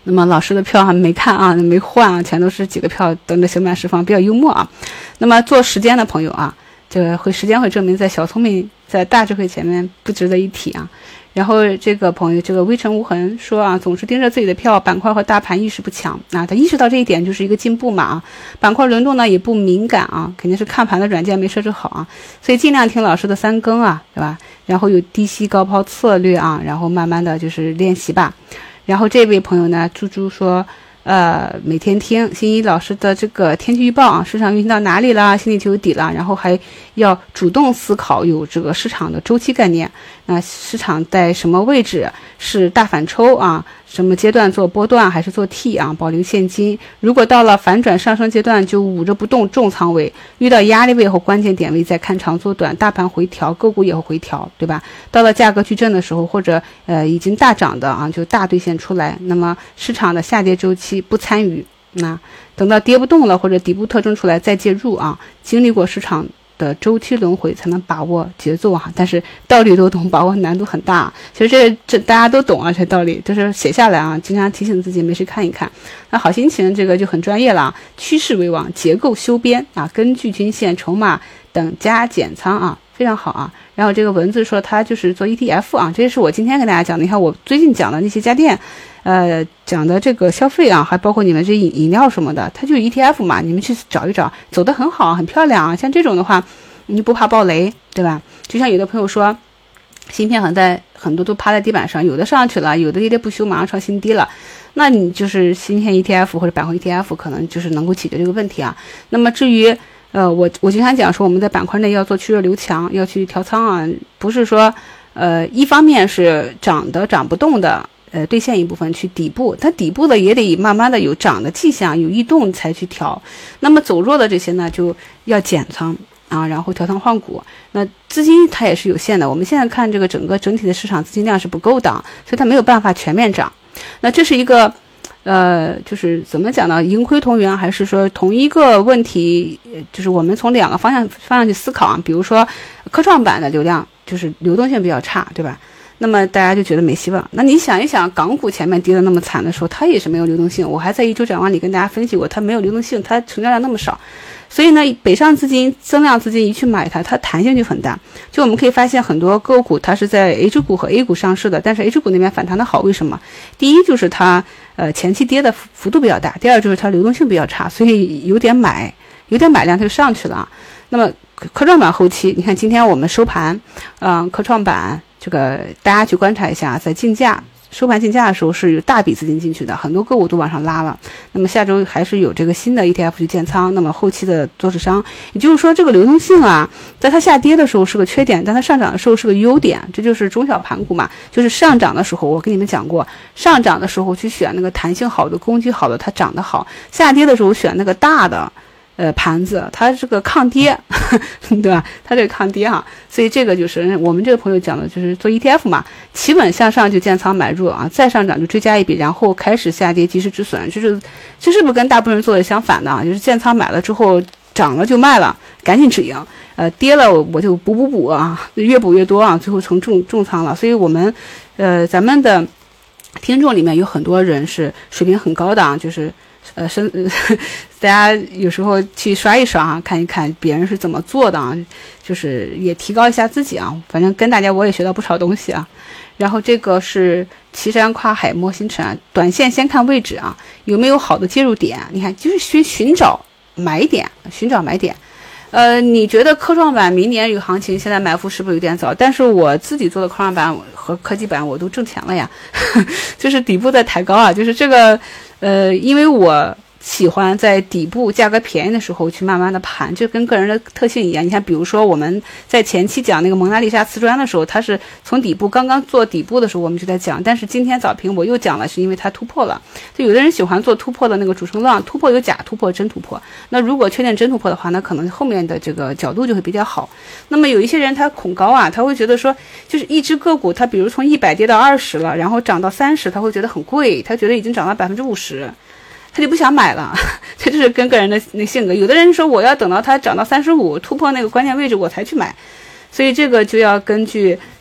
那么老师的票还没看啊，没换啊，全都是几个票等着刑满释放，比较幽默啊。那么做时间的朋友啊，这个会时间会证明在小聪明在大智慧前面不值得一提啊。然后这个朋友这个微尘无痕说啊，总是盯着自己的票，板块和大盘意识不强啊，他意识到这一点就是一个进步嘛啊。板块轮动呢也不敏感啊，肯定是看盘的软件没设置好啊，所以尽量听老师的三更啊，对吧？然后有低吸高抛策略啊，然后慢慢的就是练习吧。然后这位朋友呢，猪猪说。呃，每天听新一老师的这个天气预报啊，市场运行到哪里了，心里就有底了。然后还要主动思考有这个市场的周期概念，那市场在什么位置是大反抽啊？什么阶段做波段还是做 T 啊？保留现金。如果到了反转上升阶段，就捂着不动重仓位，遇到压力位和关键点位再看长做短。大盘回调，个股也会回调，对吧？到了价格矩阵的时候，或者呃已经大涨的啊，就大兑现出来。那么市场的下跌周期不参与，那等到跌不动了或者底部特征出来再介入啊。经历过市场的周期轮回才能把握节奏啊，但是道理都懂，把握难度很大。其实这这大家都懂啊，这道理就是写下来啊，经常提醒自己没事看一看。那好心情这个就很专业了啊，趋势为王，结构修边啊，根据均线、筹码等加减仓啊，非常好啊。然后这个文字说它就是做 E T F 啊，这是我今天跟大家讲的。你看我最近讲的那些家电，呃，讲的这个消费啊，还包括你们这饮饮料什么的，它就是 E T F 嘛，你们去找一找，走得很好，很漂亮啊。像这种的话，你不怕暴雷，对吧？就像有的朋友说，芯片很在很多都趴在地板上，有的上去了，有的跌跌不休，马上创新低了。那你就是芯片 E T F 或者板块 E T F 可能就是能够解决这个问题啊。那么至于呃，我我经常讲说，我们在板块内要做去弱留强，要去调仓啊，不是说呃一方面是涨的涨不动的，呃兑现一部分去底部，它底部的也得慢慢的有涨的迹象，有异动才去调。那么走弱的这些呢，就要减仓啊，然后调仓换股。那资金它也是有限的，我们现在看这个整个整体的市场资金量是不够的，所以它没有办法全面涨。那这是一个。呃，就是怎么讲呢？盈亏同源，还是说同一个问题？就是我们从两个方向方向去思考啊。比如说，科创板的流量就是流动性比较差，对吧？那么大家就觉得没希望。那你想一想，港股前面跌得那么惨的时候，它也是没有流动性。我还在一周展望里跟大家分析过，它没有流动性，它成交量那么少。所以呢，北上资金、增量资金一去买它，它弹性就很大。就我们可以发现，很多个股它是在 H 股和 A 股上市的，但是 H 股那边反弹的好，为什么？第一就是它呃前期跌的幅度比较大，第二就是它流动性比较差，所以有点买，有点买量它就上去了啊。那么科创板后期，你看今天我们收盘，嗯、呃，科创板这个大家去观察一下，在竞价。收盘竞价的时候是有大笔资金进去的，很多个股都往上拉了。那么下周还是有这个新的 E T F 去建仓，那么后期的做市商，也就是说这个流动性啊，在它下跌的时候是个缺点，但它上涨的时候是个优点。这就是中小盘股嘛，就是上涨的时候，我跟你们讲过，上涨的时候去选那个弹性好的、攻击好的，它涨得好；下跌的时候选那个大的。呃，盘子它这个抗跌，对吧？它这个抗跌哈，所以这个就是我们这个朋友讲的，就是做 E T F 嘛，企稳向上就建仓买入啊，再上涨就追加一笔，然后开始下跌及时止损，就是这是不是跟大部分人做的相反的啊？就是建仓买了之后涨了就卖了，赶紧止盈，呃，跌了我就补补补啊，越补越多啊，最后成重重仓了。所以我们呃咱们的听众里面有很多人是水平很高的啊，就是呃，生、呃，大家有时候去刷一刷啊，看一看别人是怎么做的啊，就是也提高一下自己啊。反正跟大家我也学到不少东西啊。然后这个是岐山跨海摸星辰啊，短线先看位置啊，有没有好的介入点？你看，就是寻寻找买点，寻找买点。呃，你觉得科创板明年有行情，现在埋伏是不是有点早？但是我自己做的科创板和科技板我都挣钱了呀，就是底部在抬高啊，就是这个。呃，因为我喜欢在底部价格便宜的时候去慢慢的盘，就跟个人的特性一样。你看，比如说我们在前期讲那个蒙娜丽莎瓷砖的时候，它是从底部刚刚做底部的时候，我们就在讲。但是今天早评我又讲了，是因为它突破了。就有的人喜欢做突破的那个主升浪，突破有假突破、真突破。那如果确定真突破的话，那可能后面的这个角度就会比较好。那么有一些人他恐高啊，他会觉得说，就是一只个股，它比如从一百跌到二十了，然后涨到三十，他会觉得很贵，他觉得已经涨到百分之五十。他就不想买了，这就是跟个人的那性格。有的人说我要等到它涨到三十五突破那个关键位置我才去买，所以这个就要根据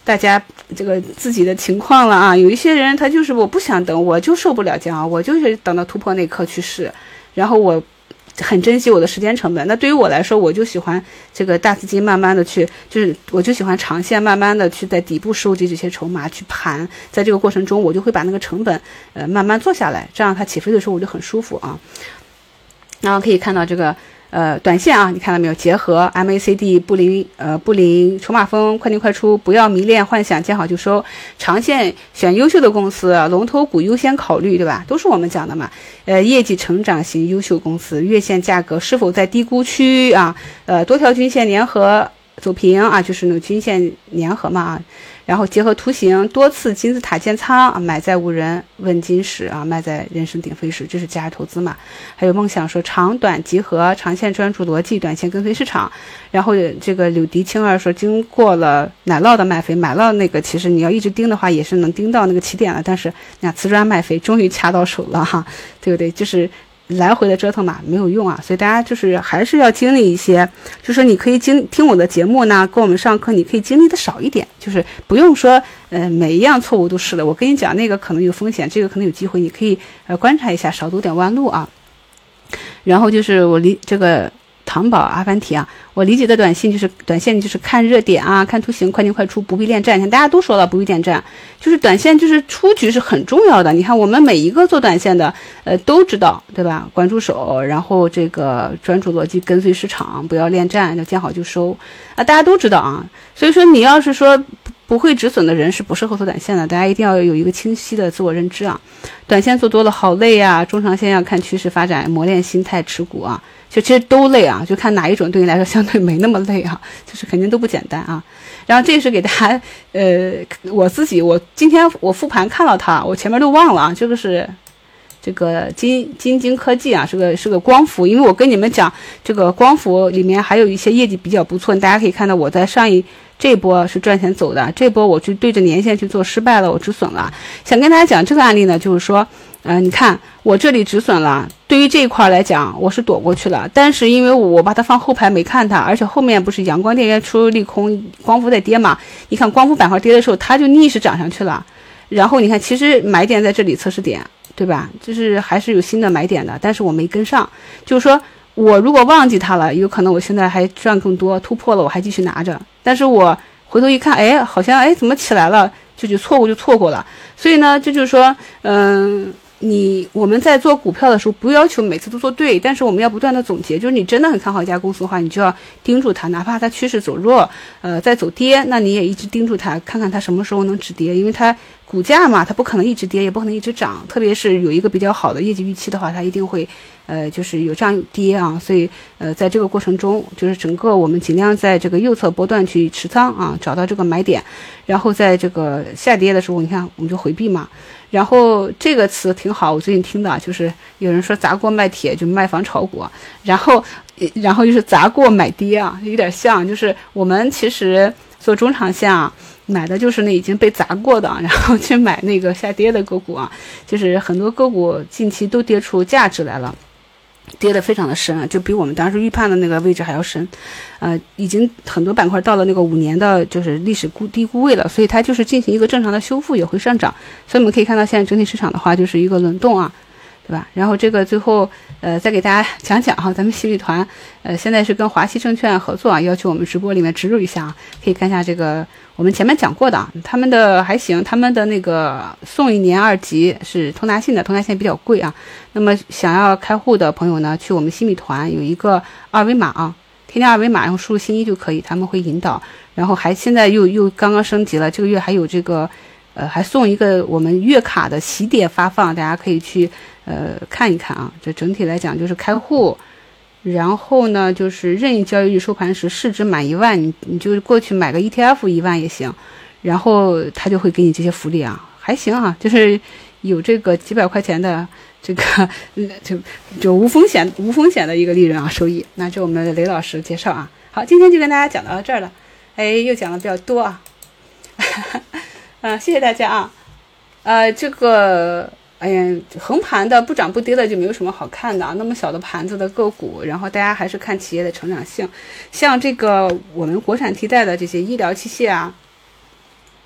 大家这个自己的情况了啊。有一些人他就是我不想等，我就受不了降，我就是等到突破那一刻去试，然后我很珍惜我的时间成本。那对于我来说，我就喜欢这个大资金慢慢的去，就是我就喜欢长线慢慢的去在底部收集这些筹码去盘，在这个过程中我就会把那个成本呃慢慢做下来，这样它起飞的时候我就很舒服啊。然后可以看到这个呃短线啊，你看到没有？结合 M A C D 布林呃布林筹码峰，快进快出，不要迷恋幻想，见好就收。长线选优秀的公司，龙头股优先考虑，对吧？都是我们讲的嘛。呃，业绩成长型优秀公司，月线价格是否在低估区啊？呃，多条均线粘合走平啊，就是那个均线粘合嘛啊。然后结合图形，多次金字塔建仓啊，买在无人问津时啊，卖在人声鼎沸时，这是价值投资嘛。还有梦想说长短集合，长线专注逻辑，短线跟随市场。然后这个柳迪青儿说，经过了奶酪的卖飞，买了那个其实你要一直盯的话，也是能盯到那个起点了，但是那瓷砖卖飞终于掐到手了哈，对不对？就是来回的折腾嘛，没有用啊，所以大家就是还是要经历一些，就是你可以经听我的节目呢，跟我们上课，你可以经历的少一点，就是不用说呃每一样错误都试了。我跟你讲，那个可能有风险，这个可能有机会，你可以呃观察一下，少走点弯路啊。然后就是我离这个糖宝阿凡提啊，我理解的短信就是短线就是看热点啊，看图形，快进快出，不必恋战。大家都说了不必恋战，就是短线就是出局是很重要的。你看我们每一个做短线的，呃都知道对吧？关注手，然后这个专注逻辑，跟随市场，不要恋战，要见好就收啊，大家都知道啊。所以说你要是说不会止损的人是不适合做短线的，大家一定要有一个清晰的自我认知啊。短线做多了好累啊，中长线要看趋势发展，磨练心态持股啊。就其实都累啊，就看哪一种对你来说相对没那么累啊，就是肯定都不简单啊。然后这是给大家，呃，我自己我今天我复盘看到它，我前面都忘了啊，这个是这个金金晶科技啊，是个是个光伏，因为我跟你们讲，这个光伏里面还有一些业绩比较不错，大家可以看到我在上一这一波是赚钱走的，这波我去对着年线去做失败了，我止损了。想跟大家讲这个案例呢，就是说。呃，你看我这里止损了，对于这一块来讲，我是躲过去了。但是因为我把它放后排没看它，而且后面不是阳光电源出利空，光伏在跌嘛？你看光伏板块跌的时候，它就逆势涨上去了。然后你看，其实买点在这里，测试点，对吧？就是还是有新的买点的，但是我没跟上。就是说我如果忘记它了，有可能我现在还赚更多，突破了我还继续拿着。但是我回头一看，哎，好像哎怎么起来了？就就错过就错过了。所以呢，这就是说，嗯、呃。你我们在做股票的时候，不要求每次都做对，但是我们要不断的总结，就是你真的很看好一家公司的话，你就要盯住它，哪怕它趋势走弱，呃，在走跌，那你也一直盯住它，看看它什么时候能止跌，因为它股价嘛，它不可能一直跌，也不可能一直涨，特别是有一个比较好的业绩预期的话，它一定会呃就是有涨有跌啊，所以呃在这个过程中，就是整个我们尽量在这个右侧波段去持仓啊，找到这个买点，然后在这个下跌的时候，你看我们就回避嘛。然后这个词挺好，我最近听的就是有人说砸锅卖铁就卖房炒股，然后然后就是砸锅买跌啊，有点像，就是我们其实做中长线啊，买的就是那已经被砸过的，然后去买那个下跌的个股啊，就是很多个股近期都跌出价值来了。跌得非常的深啊，就比我们当时预判的那个位置还要深，呃，已经很多板块到了那个五年的就是历史估低估位了，所以它就是进行一个正常的修复，也会上涨。所以我们可以看到现在整体市场的话就是一个轮动啊，对吧？然后这个最后呃再给大家讲讲哈，咱们洗米团呃现在是跟华西证券合作啊，要求我们直播里面植入一下啊，可以看一下这个我们前面讲过的啊，他们的还行，他们的那个送一年二级是通达信的，通达信比较贵啊。那么想要开户的朋友呢，去我们新米团有一个二维码啊，添加二维码，然后输入新一就可以，他们会引导。然后还现在又又刚刚升级了，这个月还有这个呃还送一个我们月卡的喜点发放，大家可以去呃看一看啊。这整体来讲就是开户，然后呢就是任意交易日收盘时市值满一万，你你就过去买个 E T F 一万也行，然后他就会给你这些福利啊，还行啊，就是有这个几百块钱的。这个就就无风险无风险的一个利润啊收益，那这我们的雷老师介绍啊。好，今天就跟大家讲到这儿了，哎，又讲的比较多啊，啊，谢谢大家啊。呃，这个哎呀，横盘的不涨不跌的就没有什么好看的啊，那么小的盘子的个股，然后大家还是看企业的成长性，像这个我们国产替代的这些医疗器械啊。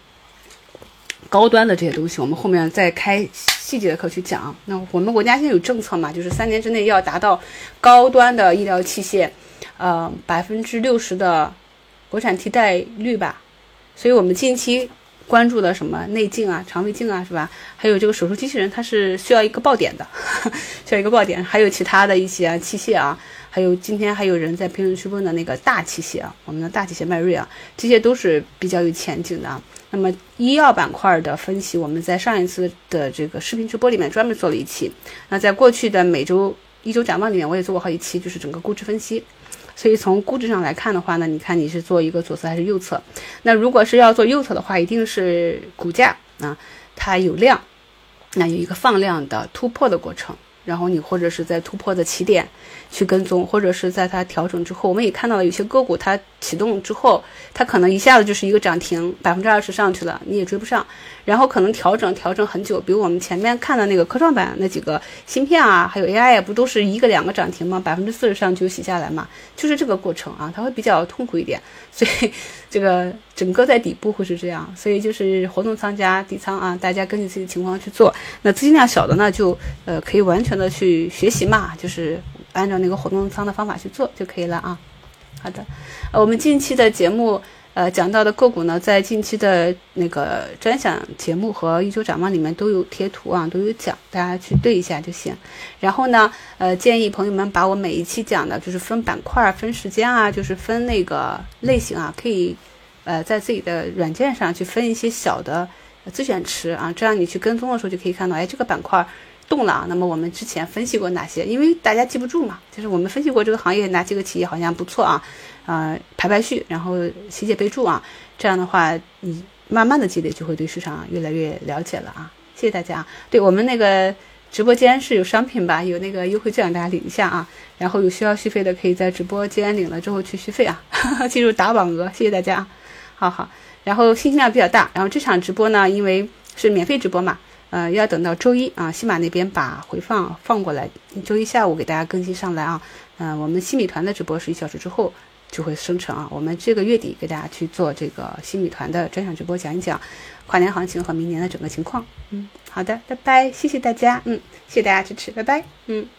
高端的这些东西，我们后面再开细节的课去讲。那我们国家现在有政策嘛，就是三年之内要达到高端的医疗器械，呃，百分之六十的国产替代率吧。所以我们近期关注的什么内镜啊、肠胃镜啊，是吧？还有这个手术机器人，它是需要一个爆点的，需要一个爆点。还有其他的一些、啊、器械啊，还有今天还有人在评论区问的那个大器械啊，我们的大器械迈锐啊，这些都是比较有前景的啊。那么医药板块的分析，我们在上一次的这个视频直播里面专门做了一期。那在过去的每周一周展望里面，我也做过好几期，就是整个估值分析。所以从估值上来看的话呢，你看你是做一个左侧还是右侧？那如果是要做右侧的话，一定是股价啊，它有量，那有一个放量的突破的过程。然后你或者是在突破的起点去跟踪，或者是在它调整之后，我们也看到了有些个股它启动之后，它可能一下子就是一个涨停百分之二十上去了，你也追不上，然后可能调整调整很久，比如我们前面看的那个科创板那几个芯片啊，还有 A I 不都是一个两个涨停吗？百分之四十上就洗下来嘛，就是这个过程啊，它会比较痛苦一点，所以这个整个在底部会是这样，所以就是活动仓加底仓啊，大家根据自己的情况去做。那资金量小的呢，就呃可以完全的去学习嘛，就是按照那个活动仓的方法去做就可以了啊。好的，呃，我们近期的节目呃讲到的个股呢，在近期的那个专享节目和一周展望里面都有贴图啊，都有讲，大家去对一下就行。然后呢，呃，建议朋友们把我每一期讲的，就是分板块、分时间啊，就是分那个类型啊，可以呃在自己的软件上去分一些小的自选池啊，这样你去跟踪的时候就可以看到，哎，这个板块动了，那么我们之前分析过哪些？因为大家记不住嘛，就是我们分析过这个行业哪几个企业好像不错啊，呃，排排序，然后写写备注啊，这样的话你慢慢的积累就会对市场越来越了解了啊。谢谢大家。对，我们那个直播间是有商品吧，有那个优惠券，大家领一下啊。然后有需要续费的可以在直播间领了之后去续费啊，记住打网额，谢谢大家。好好，然后信息量比较大，然后这场直播呢，因为是免费直播嘛。呃，要等到周一啊，西马那边把回放放过来，周一下午给大家更新上来啊。嗯、呃，我们新米团的直播是一小时之后就会生成啊。我们这个月底给大家去做这个新米团的专享直播，讲一讲跨年行情和明年的整个情况。嗯，好的，拜拜，谢谢大家，嗯，谢谢大家支持，拜拜，嗯。